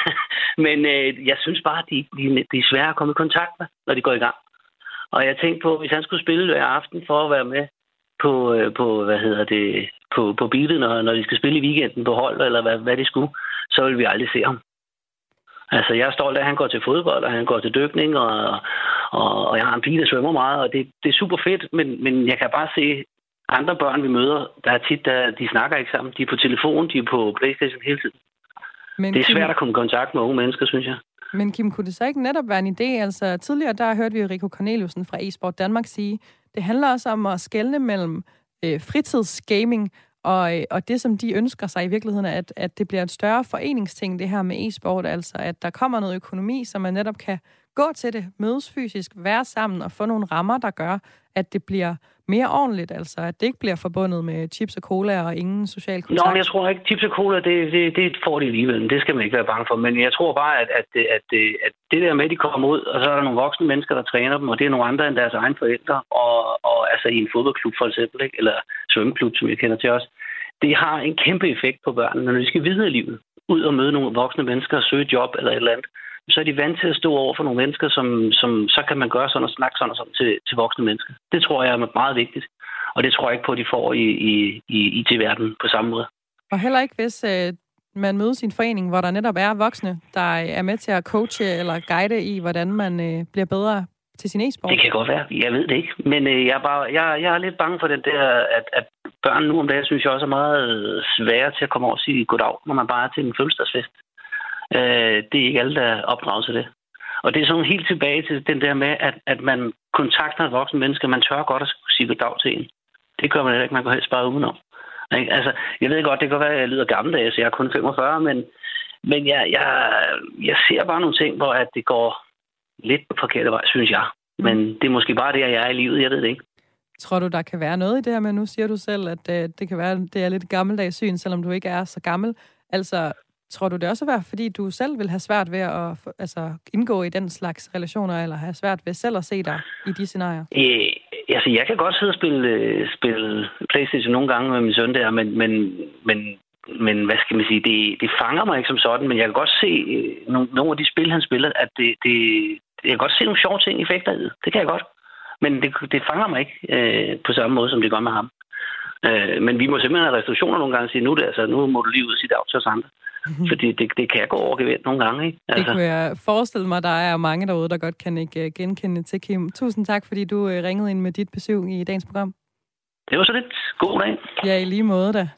Men øh, jeg synes bare, at de, de, de er svære at komme i kontakt med, når de går i gang. Og jeg tænkte på, hvis han skulle spille hver aften for at være med på, på hvad hedder det, på, på beatet, når, når de skal spille i weekenden på hold, eller hvad, hvad de skulle, så vil vi aldrig se ham. Altså, jeg er stolt af, at han går til fodbold, og han går til dykning, og, og, og jeg har en pige, der svømmer meget, og det, det er super fedt, men, men jeg kan bare se andre børn, vi møder, der er tit, der, de snakker ikke sammen. De er på telefon, de er på PlayStation hele tiden. Men det er svært Kim, at komme i kontakt med unge mennesker, synes jeg. Men Kim, kunne det så ikke netop være en idé? Altså, tidligere, der hørte vi Rico Corneliusen fra eSport Danmark sige, det handler også om at skelne mellem øh, fritidsgaming Og, og det, som de ønsker sig i virkeligheden, er, at, at det bliver et større foreningsting, det her med e-sport, altså at der kommer noget økonomi, så man netop kan gå til det, mødes fysisk, være sammen og få nogle rammer, der gør, at det bliver mere ordentligt, altså at det ikke bliver forbundet med chips og cola og ingen social kontakt. Nå, men jeg tror ikke, chips og cola, det, det, det får de alligevel. Det skal man ikke være bange for. Men jeg tror bare, at, at, at, at det der med, at de kommer ud, og så er der nogle voksne mennesker, der træner dem, og det er nogle andre end deres egne forældre, og, og altså i en fodboldklub for eksempel, ikke? Eller svømmeklub, som jeg kender til os. Det har en kæmpe effekt på børnene, når de skal videre i livet. Ud og møde nogle voksne mennesker og søge job eller et eller andet. Så er de vant til at stå over for nogle mennesker, som, som så kan man gøre sådan og snakke sådan og sådan til, til voksne mennesker. Det tror jeg er meget vigtigt. Og det tror jeg ikke på, at de får i, i, i I T-verdenen på samme måde. Og heller ikke, hvis øh, man møder sin forening, hvor der netop er voksne, der er med til at coache eller guide i, hvordan man øh, bliver bedre til sin e-sport. Det kan godt være. Jeg ved det ikke. Men øh, jeg, er bare, jeg, jeg er lidt bange for den der, at, at børn nu om dagen, synes jeg også er meget svære til at komme over og sige goddag, når man bare er til en fødselsdagsfest. Øh, det er ikke alle, der opdrager til det. Og det er sådan helt tilbage til den der med, at, at man kontakter et voksen menneske, man tør godt at sige goddag til en. Det gør man heller ikke, man kan helst bare udenom. Ikke? Altså, jeg ved godt, det kan være, at jeg lyder gammeldags, så jeg er kun femogfyrre, men, men jeg, jeg, jeg ser bare nogle ting, hvor at det går lidt på forkerte vej, synes jeg. Men det er måske bare det, jeg er i livet, jeg ved det ikke. Tror du, der kan være noget i det her med, nu siger du selv, at øh, det kan være, det er lidt gammeldags syn, selvom du ikke er så gammel. Altså, tror du det også være, fordi du selv vil have svært ved at altså, indgå i den slags relationer, eller have svært ved selv at se dig i de scenarier? Øh, altså, jeg kan godt sidde og spille, spille PlayStation nogle gange med min søn der, men, men, men, men hvad skal man sige, det, det fanger mig ikke som sådan, men jeg kan godt se øh, nogle, nogle af de spil, han spiller, at det, det, jeg kan godt se nogle sjove ting, effekter i det. Det kan jeg godt. Men det, det fanger mig ikke øh, på samme måde, som det gør med ham. Øh, men vi må simpelthen have restriktioner nogle gange og sige, nu, det, altså, nu må du lige ud og sige dag til os andre. Mm-hmm. Fordi det, det kan gå over gevind nogle gange. Ikke? Altså. Det kunne jeg forestille mig, der er mange derude, der godt kan ikke genkende til Kim. Tusind tak, fordi du ringede ind med dit besøg i dagens program. Det var så lidt. God dag. Ja, i lige måde da.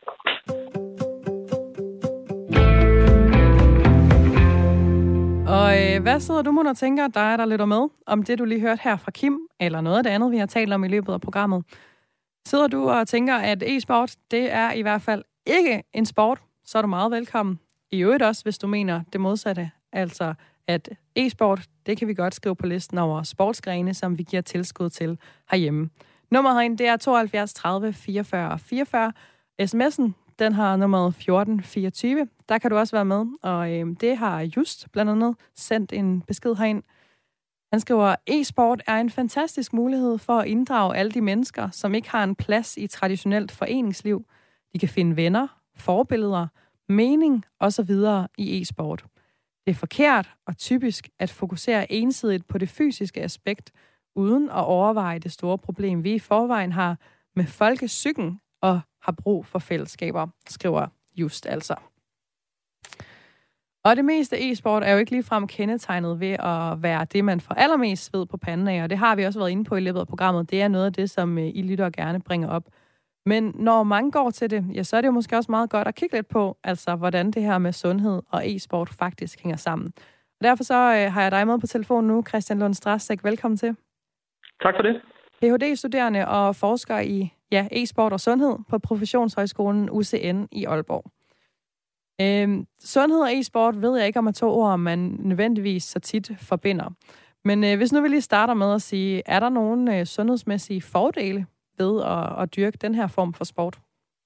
Og øh, hvad sidder du mon og tænker, der er der lidt med, om det, du lige hørte her fra Kim, eller noget af det andet, vi har talt om i løbet af programmet? Sidder du og tænker, at e-sport, det er i hvert fald ikke en sport, så er du meget velkommen. I øvrigt også, hvis du mener det modsatte. Altså, at e-sport, det kan vi godt skrive på listen over sportsgrene, som vi giver tilskud til herhjemme. Nummeret herinde, det er tooghalvfjerds tredive fireogfyrre fireogfyrre. sms'en, den har nummeret fjorten fireogtyve. Der kan du også være med, og øh, det har Just blandt andet sendt en besked herind. Han skriver, e-sport er en fantastisk mulighed for at inddrage alle de mennesker, som ikke har en plads i traditionelt foreningsliv. De kan finde venner, forbilleder, mening osv. i e-sport. Det er forkert og typisk at fokusere ensidigt på det fysiske aspekt, uden at overveje det store problem, vi i forvejen har med folkepsyken og har brug for fællesskaber, skriver Just altså. Og det meste e-sport er jo ikke ligefrem kendetegnet ved at være det, man får allermest sved på panden af, og det har vi også været inde på i løbet af programmet. Det er noget af det, som I lytter gerne bringer op. Men når mange går til det, ja, så er det jo måske også meget godt at kigge lidt på, altså hvordan det her med sundhed og e-sport faktisk hænger sammen. Og derfor så øh, har jeg dig med på telefonen nu, Christian Lund Strasek. Velkommen til. Tak for det. P H D-studerende og forsker i ja, e-sport og sundhed på Professionshøjskolen U C N i Aalborg. Øhm, sundhed og e-sport ved jeg ikke om er to ord, man nødvendigvis så tit forbinder. Men øh, hvis nu vi lige starter med at sige, er der nogle øh, sundhedsmæssige fordele ved at, at dyrke den her form for sport?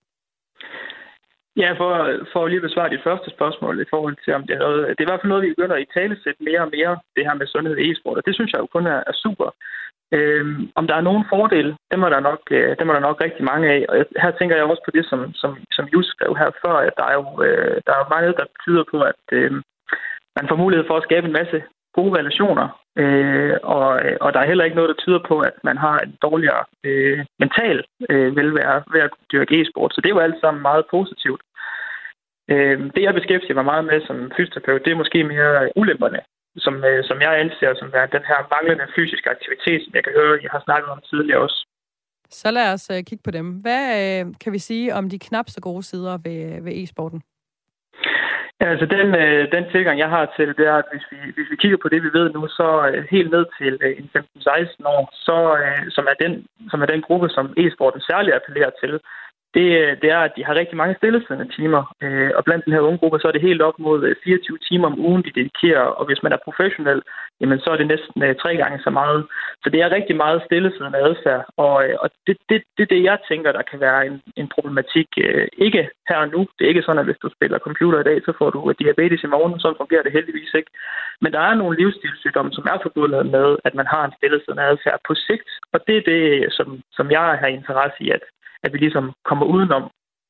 Ja, for, for lige at besvare dit første spørgsmål i forhold til, om det er noget... Det er i hvert fald noget, vi begynder at italesætte mere og mere, det her med sundhed og e-sport, og det synes jeg jo kun er, er super. Øhm, om der er nogen fordele, dem er der nok, øh, dem er der nok rigtig mange af, og jeg, her tænker jeg også på det, som, som, som Jus skrev her før, at der er jo øh, der er meget, der tyder på, at øh, man får mulighed for at skabe en masse gode relationer, øh, og, og der er heller ikke noget, der tyder på, at man har en dårligere øh, mental øh, velvære ved at dyrke e-sport, så det er jo alt sammen meget positivt. Øh, det, jeg beskæftiger mig meget med som fysioterapeut, det er måske mere ulemperne, som, øh, som jeg anser som er den her manglende fysiske aktivitet, som jeg kan høre, jeg har snakket om tidligere også. Så lad os øh, kigge på dem. Hvad øh, kan vi sige om de knap så gode sider ved, ved e-sporten? Ja, altså den, øh, den tilgang, jeg har til det, er, at hvis vi, hvis vi kigger på det, vi ved nu, så øh, helt ned til øh, en femten seksten år, så, øh, som, er den, som er den gruppe, som e-sporten særligt appellerer til, det, det er, at de har rigtig mange stillesiddende timer. Øh, og blandt den her unge gruppe, så er det helt op mod fireogtyve timer om ugen, de dedikerer. Og hvis man er professionel, jamen, så er det næsten øh, tre gange så meget. Så det er rigtig meget stillesiddende adfærd. Og, øh, og det er det, det, det, jeg tænker, der kan være en, en problematik. Øh, ikke her og nu. Det er ikke sådan, at hvis du spiller computer i dag, så får du diabetes i morgen. Sådan fungerer det heldigvis ikke. Men der er nogle livsstilssygdomme, som er forbundet med, at man har en stillesiddende adfærd på sigt. Og det er det, som, som jeg har interesse i, at at vi ligesom kommer udenom.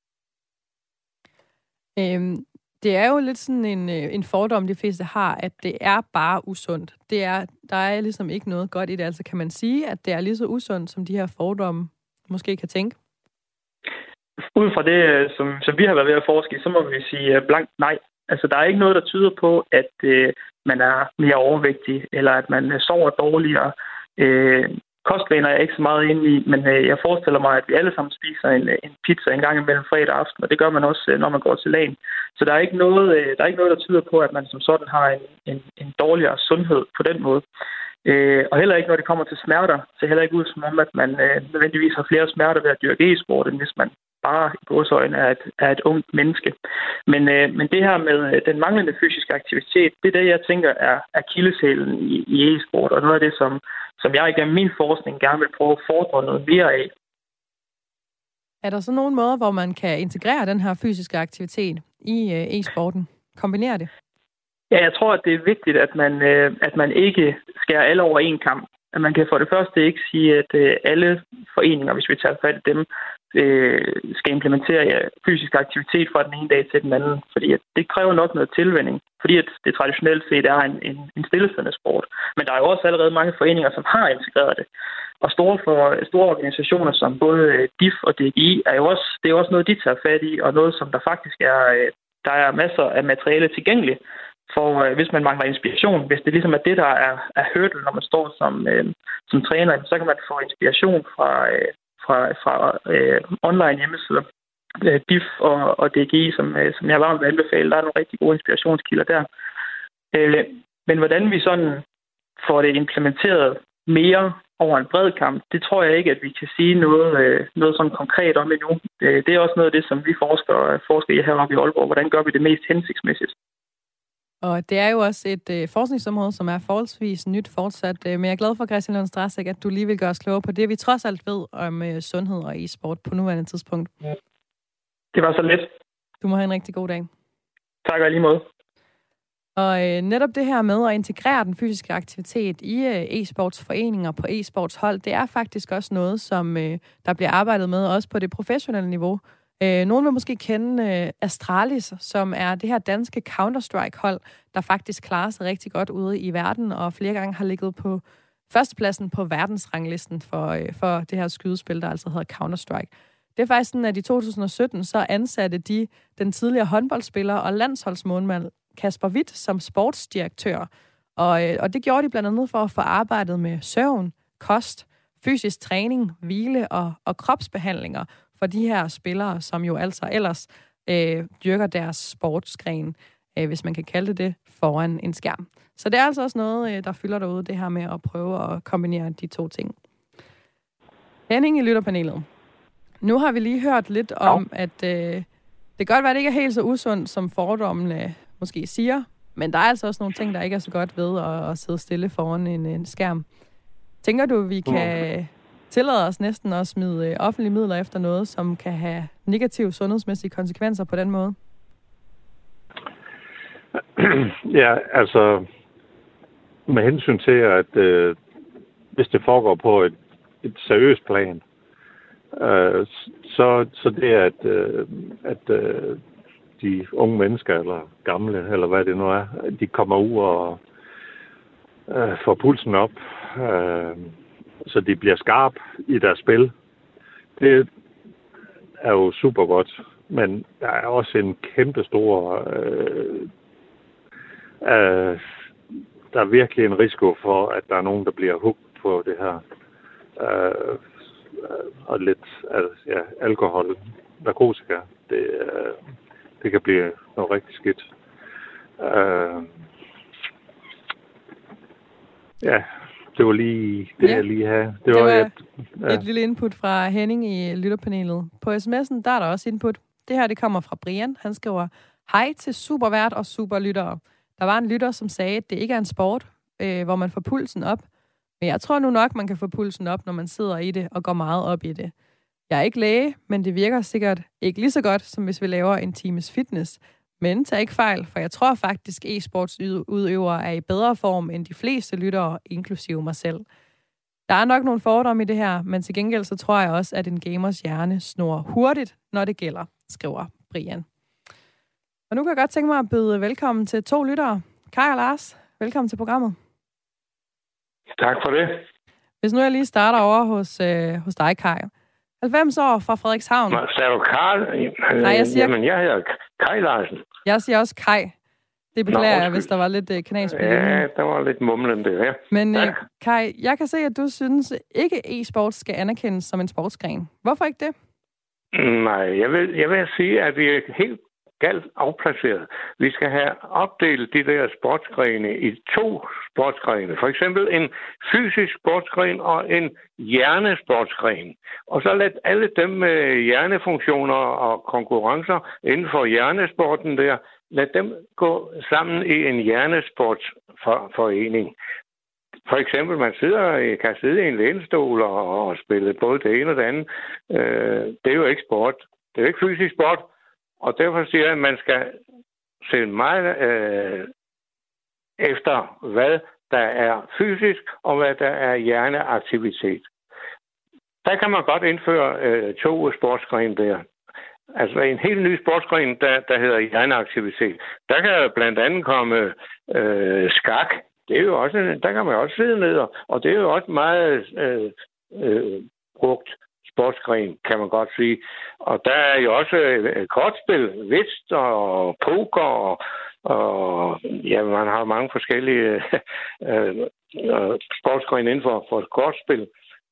Øhm, det er jo lidt sådan en, en fordom, de fleste har, at det er bare usundt. Det er, der er ligesom ikke noget godt i det. Altså kan man sige, at det er lige så usundt, som de her fordomme måske kan tænke? Ud fra det, som, som vi har været ved at forske i, så må vi sige blankt nej. Altså der er ikke noget, der tyder på, at øh, man er mere overvægtig, eller at man sover dårligere. Øh, Kostvaner er jeg ikke så meget inde i, men øh, jeg forestiller mig, at vi alle sammen spiser en, en pizza en gang imellem fredag aften, og det gør man også, øh, når man går til lægen. Så der er ikke noget, øh, der er ikke noget, der tyder på, at man som sådan har en, en, en dårligere sundhed på den måde. Øh, og heller ikke, når det kommer til smerter, så er heller ikke ud som om, at man øh, nødvendigvis har flere smerter ved at dyrke e-sport, end hvis man bare i gåseøjne er et, er et ungt menneske. Men, øh, men det her med øh, den manglende fysiske aktivitet, det er det, jeg tænker er akilleshælen i, i e-sport, og noget af det, som, som jeg igennem min forskning gerne vil prøve at fordre noget mere af. Er der så nogle måder, hvor man kan integrere den her fysiske aktivitet i øh, e-sporten? Kombinere det? Ja, jeg tror, at det er vigtigt, at man, øh, at man ikke skærer alle over en kamp. At man kan for det første ikke sige, at øh, alle foreninger, hvis vi tager fat i dem, øh, skal implementere ja, fysisk aktivitet fra den ene dag til den anden. Fordi at det kræver nok noget tilvænning, fordi at det traditionelt set er en, en, en stillesiddende sport. Men der er jo også allerede mange foreninger, som har integreret det. Og store, for, store organisationer som både D I F og D G I er jo også, det er også noget, de tager fat i, og noget, som der faktisk er, der er masser af materiale tilgængeligt. For øh, hvis man mangler inspiration, hvis det ligesom er det, der er, er hurdle, når man står som, øh, som træner, så kan man få inspiration fra, øh, fra, fra øh, online hjemmesider. Øh, D I F og, og D G I, som, øh, som jeg varmt vil anbefale, der er nogle rigtig gode inspirationskilder der. Øh, men hvordan vi sådan får det implementeret mere over en bred kamp, det tror jeg ikke, at vi kan sige noget, øh, noget sådan konkret om endnu. Øh, det er også noget af det, som vi forsker, forsker i heroppe i Aalborg. Hvordan gør vi det mest hensigtsmæssigt? Og det er jo også et øh, forskningsområde, som er forholdsvis nyt fortsat. Øh, men jeg er glad for, Christian Lund Strasek, at du lige vil gøre os klogere på det, vi trods alt ved om øh, sundhed og e-sport på nuværende tidspunkt. Det var så let. Du må have en rigtig god dag. Tak og lige måde. Og øh, netop det her med at integrere den fysiske aktivitet i øh, e-sportsforeninger på e-sportshold, det er faktisk også noget, som øh, der bliver arbejdet med også på det professionelle niveau. Øh, nogen vil måske kende øh, Astralis, som er det her danske Counter-Strike-hold, der faktisk klarer sig rigtig godt ude i verden, og flere gange har ligget på førstepladsen på verdensranglisten for, øh, for det her skydespil, der altså hedder Counter-Strike. Det er faktisk sådan, at i to tusind og sytten så ansatte de den tidligere håndboldspiller og landsholdsmålmand Kasper Witt som sportsdirektør. Og, øh, og det gjorde de blandt andet for at få arbejdet med søvn, kost, fysisk træning, hvile og, og kropsbehandlinger for de her spillere, som jo altså ellers øh, dyrker deres sportsgren, øh, hvis man kan kalde det det, foran en skærm. Så det er altså også noget, øh, der fylder derude, det her med at prøve at kombinere de to ting. Henning i lytterpanelet. Nu har vi lige hørt lidt om, ja. at øh, det kan godt være, at det ikke er helt så usundt, som fordommene måske siger, men der er altså også nogle ting, der ikke er så godt ved at, at sidde stille foran en, en skærm. Tænker du, vi kan tillade os næsten at smide offentlige midler efter noget, som kan have negative sundhedsmæssige konsekvenser på den måde? Ja, altså med hensyn til, at øh, hvis det foregår på et, et seriøst plan, øh, så, så det er, at, øh, at øh, de unge mennesker, eller gamle, eller hvad det nu er, de kommer ud og øh, får pulsen op, øh, så de bliver skarpe i deres spil. Det er jo super godt, men der er også en kæmpe stor... Øh, øh, der er virkelig en risiko for, at der er nogen, der bliver hooked på det her. Øh, og lidt ja, alkohol, narkotika. Det, øh, det kan blive noget rigtig skidt. Øh, ja, det var lige det, ja. jeg lige havde. Det, det var, var et, ja. et lille input fra Henning i lytterpanelet. På sms'en, der er der også input. Det her, det kommer fra Brian. Han skriver, hej til supervært og superlyttere. Der var en lytter, som sagde, at det ikke er en sport, øh, hvor man får pulsen op. Men jeg tror nu nok, man kan få pulsen op, når man sidder i det og går meget op i det. Jeg er ikke læge, men det virker sikkert ikke lige så godt, som hvis vi laver en times fitness. Men tag ikke fejl, for jeg tror faktisk, e-sportsudøvere er i bedre form end de fleste lyttere, inklusive mig selv. Der er nok nogle fordomme i det her, men til gengæld så tror jeg også, at en gamers hjerne snor hurtigt, når det gælder, skriver Brian. Og nu kan jeg godt tænke mig at byde velkommen til to lyttere. Kai og Lars, velkommen til programmet. Tak for det. Hvis nu jeg lige starter over hos, øh, hos dig, Kai. halvfems år fra Frederikshavn. Sagde du Karl? Nej, jeg siger... Jamen, jeg hedder Kai Larsen. Jeg siger også Kai. Det beklager Nå, jeg, hvis der var lidt øh, knas på det. Ja, der var lidt mumlen det her. Men øh, Kai, jeg kan se, at du synes ikke e-sport skal anerkendes som en sportsgren. Hvorfor ikke det? Nej, jeg vil, jeg vil sige, at vi er helt galt afplaceret. Vi skal have opdelt de der sportsgrene i to sportsgrene. For eksempel en fysisk sportsgren og en hjernesportsgren. Og så lad alle dem med hjernefunktioner og konkurrencer inden for hjernesporten der, lad dem gå sammen i en hjernesportsforening. For eksempel, man sidder, kan sidde i en lænestol og, og spille både det ene og det andet. Øh, det er jo ikke sport. Det er jo ikke fysisk sport. Og derfor siger jeg, at man skal se meget øh, efter, hvad der er fysisk, og hvad der er hjerneaktivitet. Der kan man godt indføre øh, to sportsgrene der. Altså en helt ny sportsgren, der, der hedder hjerneaktivitet. Der kan blandt andet komme øh, skak. Det er jo også, der kan man også sidde ned, og det er jo også meget øh, øh, brugt sportsgren, kan man godt sige. Og der er jo også øh, kortspil, whist og poker, og, og ja, man har mange forskellige øh, øh, sportsgren inden for, for kortspil.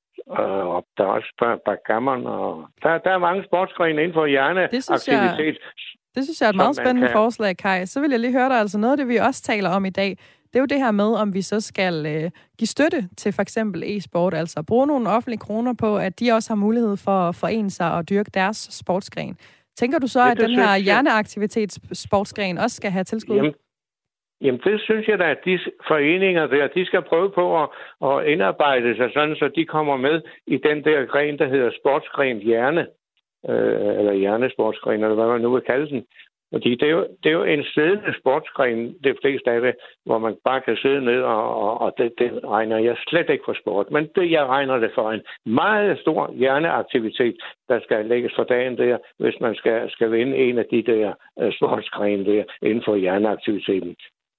Og der er også backgammon, og der, der er mange sportsgrene inden for hjerneaktivitet. Det synes jeg er et meget spændende kan... forslag, Kai. Så vil jeg lige høre dig, altså noget af det, vi også taler om i dag, det er jo det her med, om vi så skal øh, give støtte til for eksempel e-sport, altså bruge nogle offentlige kroner på, at de også har mulighed for at forene sig og dyrke deres sportsgren. Tænker du så, ja, at den her hjerneaktivitetssportsgren også skal have tilskud? Jamen, jamen, det synes jeg da, at de foreninger der, de skal prøve på at, at indarbejde sig sådan, så de kommer med i den der gren, der hedder sportsgren hjerne, øh, eller hjernesportsgren, eller hvad man nu vil kalde den. Fordi det er jo, det er jo en siddende sportsgren, det fleste af det, hvor man bare kan sidde ned, og, og, og det, det regner jeg slet ikke for sport. Men det, jeg regner det for en meget stor hjerneaktivitet, der skal lægges for dagen der, hvis man skal, skal vinde en af de der uh, sportsgrene der inden for hjerneaktiviteten.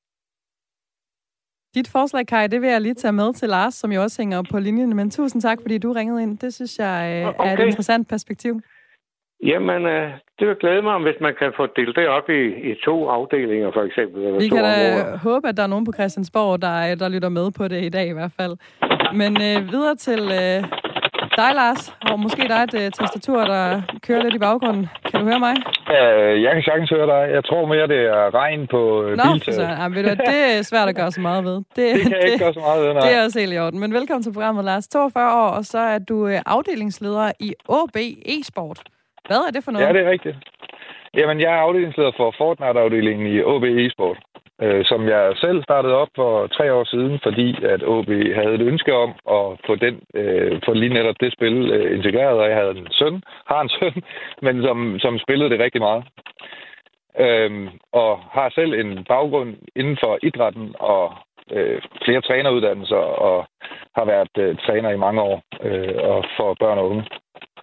Dit forslag, Kai, det vil jeg lige tage med til Lars, som jo også hænger på linjen. Men tusind tak, fordi du ringede ind. Det synes jeg øh, okay. er et interessant perspektiv. Jamen, øh, det vil glæde mig, hvis man kan få delt det op i, i to afdelinger, for eksempel. Eller Vi to kan da områder. håbe, at der er nogen på Christiansborg, der, der lytter med på det i dag i hvert fald. Men øh, videre til øh, dig, Lars, og måske der er et øh, tastatur, der kører lidt i baggrunden. Kan du høre mig? Øh, jeg kan sagtens høre dig. Jeg tror mere, det er regn på øh, Nå, biltaget. så, ja, ved du, det er svært at gøre så meget ved. Det, Det kan jeg ikke gøre så meget ved, nej. Det er også helt i orden. Men velkommen til programmet, Lars. toogfyrre år, og så er du øh, afdelingsleder i A B e-sport. Hvad er det for noget? Ja, det er rigtigt. Jamen, jeg er afdelingsleder for Fortnite-afdelingen i A B e-sport, øh, som jeg selv startede op for tre år siden, fordi at A B havde et ønske om at få, den, øh, få lige netop det spil øh, integreret, og jeg havde en søn, har en søn, men som, som spillede det rigtig meget. Øhm, og har selv en baggrund inden for idrætten og øh, flere træneruddannelser, og har været øh, træner i mange år øh, og for børn og unge.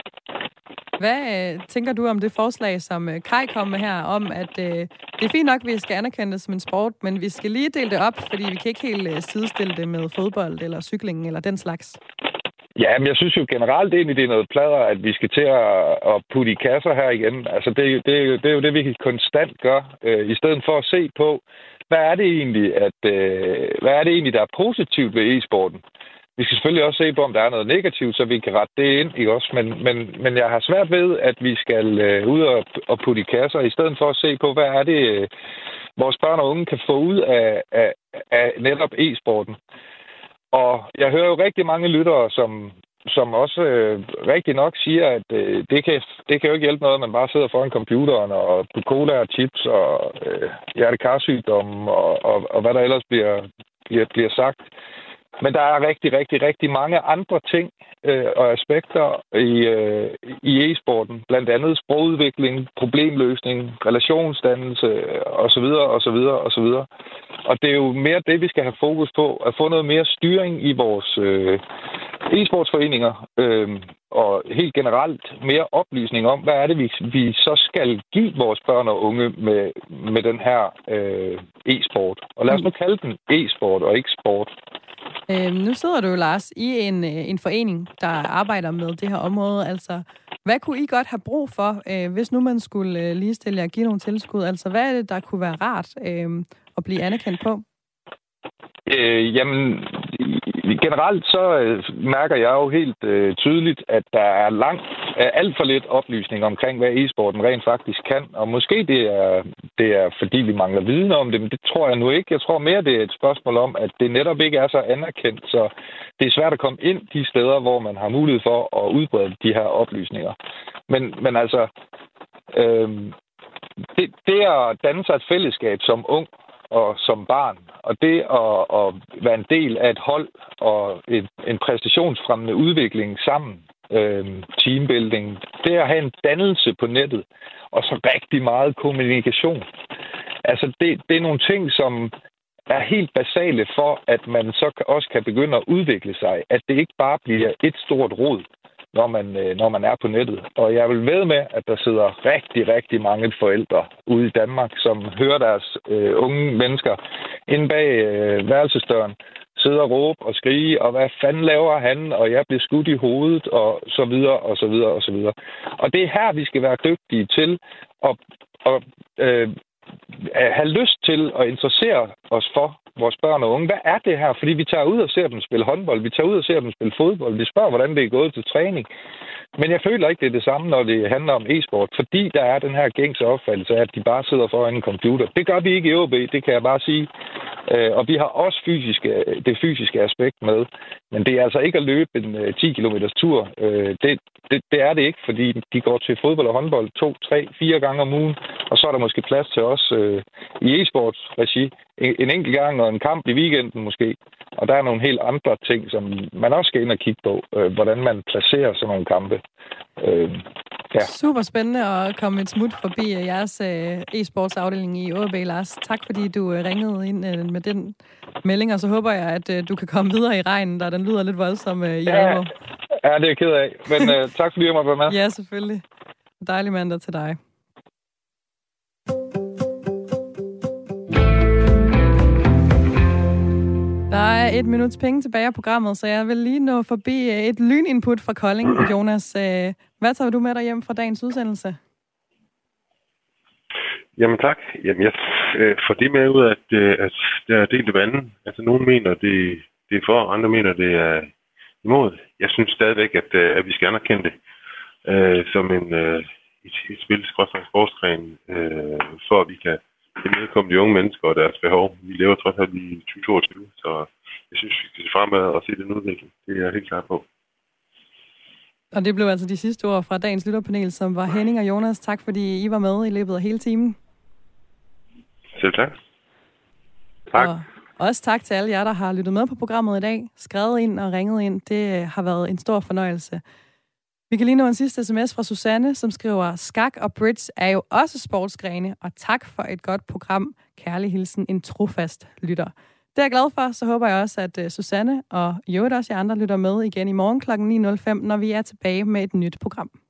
Hvad øh, tænker du om det forslag, som øh, Kai kom med her, om at øh, det er fint nok, at vi skal anerkende det som en sport, men vi skal lige dele det op, fordi vi kan ikke helt øh, sidestille det med fodbold eller cykling eller den slags? Ja, men jeg synes jo generelt egentlig, det er noget pladder, at vi skal til at, at putte i kasser her igen. Altså, det, det, det er jo det, vi konstant gør, øh, i stedet for at se på, hvad er det egentlig, at, øh, hvad er det egentlig, der er positivt ved e-sporten? Vi skal selvfølgelig også se på, om der er noget negativt, så vi kan rette det ind, ikke også? Men, men, men jeg har svært ved, at vi skal øh, ud og, og putte i kasser, i stedet for at se på, hvad er det, øh, vores børn og unge kan få ud af, af, af netop e-sporten. Og jeg hører jo rigtig mange lyttere, som, som også øh, rigtig nok siger, at øh, det, kan, det kan jo ikke hjælpe noget, at man bare sidder foran computeren og på cola og chips og øh, hjertekarsygdomme og, og, og hvad der ellers bliver, bliver, bliver sagt. Men der er rigtig, rigtig, rigtig mange andre ting øh, og aspekter i, øh, i e-sporten. Blandt andet sprogudvikling, problemløsning, relationsdannelse osv. osv. osv. Og det er jo mere det, vi skal have fokus på. At få noget mere styring i vores øh, e-sportsforeninger. Øh, og helt generelt mere oplysning om, hvad er det, vi, vi så skal give vores børn og unge med, med den her øh, e-sport. Og lad os nu kalde den e-sport og ikke sport. Øhm, nu sidder du jo, Lars, i en, en forening, der arbejder med det her område. Altså, hvad kunne I godt have brug for, øh, hvis nu man skulle øh, ligestille og give nogle tilskud? Altså, hvad er det, der kunne være rart øh, at blive anerkendt på? Øh, jamen, generelt så øh, mærker jeg jo helt øh, tydeligt, at der er langt, er alt for lidt oplysning omkring, hvad e-sporten rent faktisk kan. Og måske det er, det er, fordi vi mangler viden om det, men det tror jeg nu ikke. Jeg tror mere, det er et spørgsmål om, at det netop ikke er så anerkendt, så det er svært at komme ind de steder, hvor man har mulighed for at udbrede de her oplysninger. Men, men altså, øh, det, det at danne sig et fællesskab som ung, og som barn, og det at, at være en del af et hold og en, en præstationsfremmende udvikling sammen, øh, teambuilding, det at have en dannelse på nettet, og så rigtig meget kommunikation. Altså, det, det er nogle ting, som er helt basale for, at man så også kan begynde at udvikle sig. At det ikke bare bliver et stort rod, når man, når man er på nettet. Og jeg vil vædde med, at der sidder rigtig, rigtig mange forældre ude i Danmark, som hører deres øh, unge mennesker inde bag øh, værelsesdøren, sidder og råbe og skrige, og hvad fanden laver han, og jeg bliver skudt i hovedet, og så videre, og så videre, og så videre. Og det er her, vi skal være dygtige til at, at øh, have lyst til at interessere os for vores børn og unge. Hvad er det her? Fordi vi tager ud og ser dem spille håndbold, vi tager ud og ser dem spille fodbold, vi spørger, hvordan det er gået til træning. Men jeg føler ikke, det er det samme, når det handler om e-sport, fordi der er den her gængse opfattelse af, at de bare sidder foran en computer. Det gør vi ikke i A B, det kan jeg bare sige. Og vi har også fysiske, det fysiske aspekt med, men det er altså ikke at løbe en ti kilometers tur. Det, det, det er det ikke, fordi de går til fodbold og håndbold to, tre, fire gange om ugen, og så er der måske plads til os i e-sportsregi en enkelt gang og en kamp i weekenden måske. Og der er nogle helt andre ting, som man også skal ind og kigge på, hvordan man placerer sådan nogle kampe. Ja. Super spændende at komme et smut forbi jeres e-sportsafdeling i A B, Lars. Tak fordi du ringede ind med den melding, og så håber jeg, at du kan komme videre i regnen, der den lyder lidt voldsom i Aalborg. Ja, det er jeg ked af. Men uh, tak fordi jeg måtte være med. Ja, selvfølgelig. Dejlig mandag til dig. Der er et minuts penge tilbage af programmet, så jeg vil lige nå forbi et lyninput fra Kolding. Jonas, hvad tager du med dig hjem fra dagens udsendelse? Jamen tak. Jamen, jeg får det med ud, at, at der er delt vandet. Altså, nogen mener, det, det er for, andre mener, det er imod. Jeg synes stadigvæk, at, at vi skal anerkende det øh, som en, øh, et, et spil, sportsgren, øh, for at vi kan imødekomme de unge mennesker og deres behov. Vi lever trods alt i tyve toogtyve, så jeg synes, vi skal se fremad og se den udvikling. Det er jeg helt klar på. Og det blev altså de sidste ord fra dagens lytterpanel, som var Henning og Jonas. Tak, fordi I var med i løbet af hele timen. Selv tak. Tak. Og også tak til alle jer, der har lyttet med på programmet i dag. Skrevet ind og ringet ind. Det har været en stor fornøjelse. Vi kan lige nå en sidste sms fra Susanne, som skriver, skak og bridge er jo også sportsgrene, og tak for et godt program. Kærlig hilsen, en trofast lytter. Det er jeg glad for, så håber jeg også, at Susanne og i øvrigt også jer andre lytter med igen i morgen klokken ni nul fem, når vi er tilbage med et nyt program.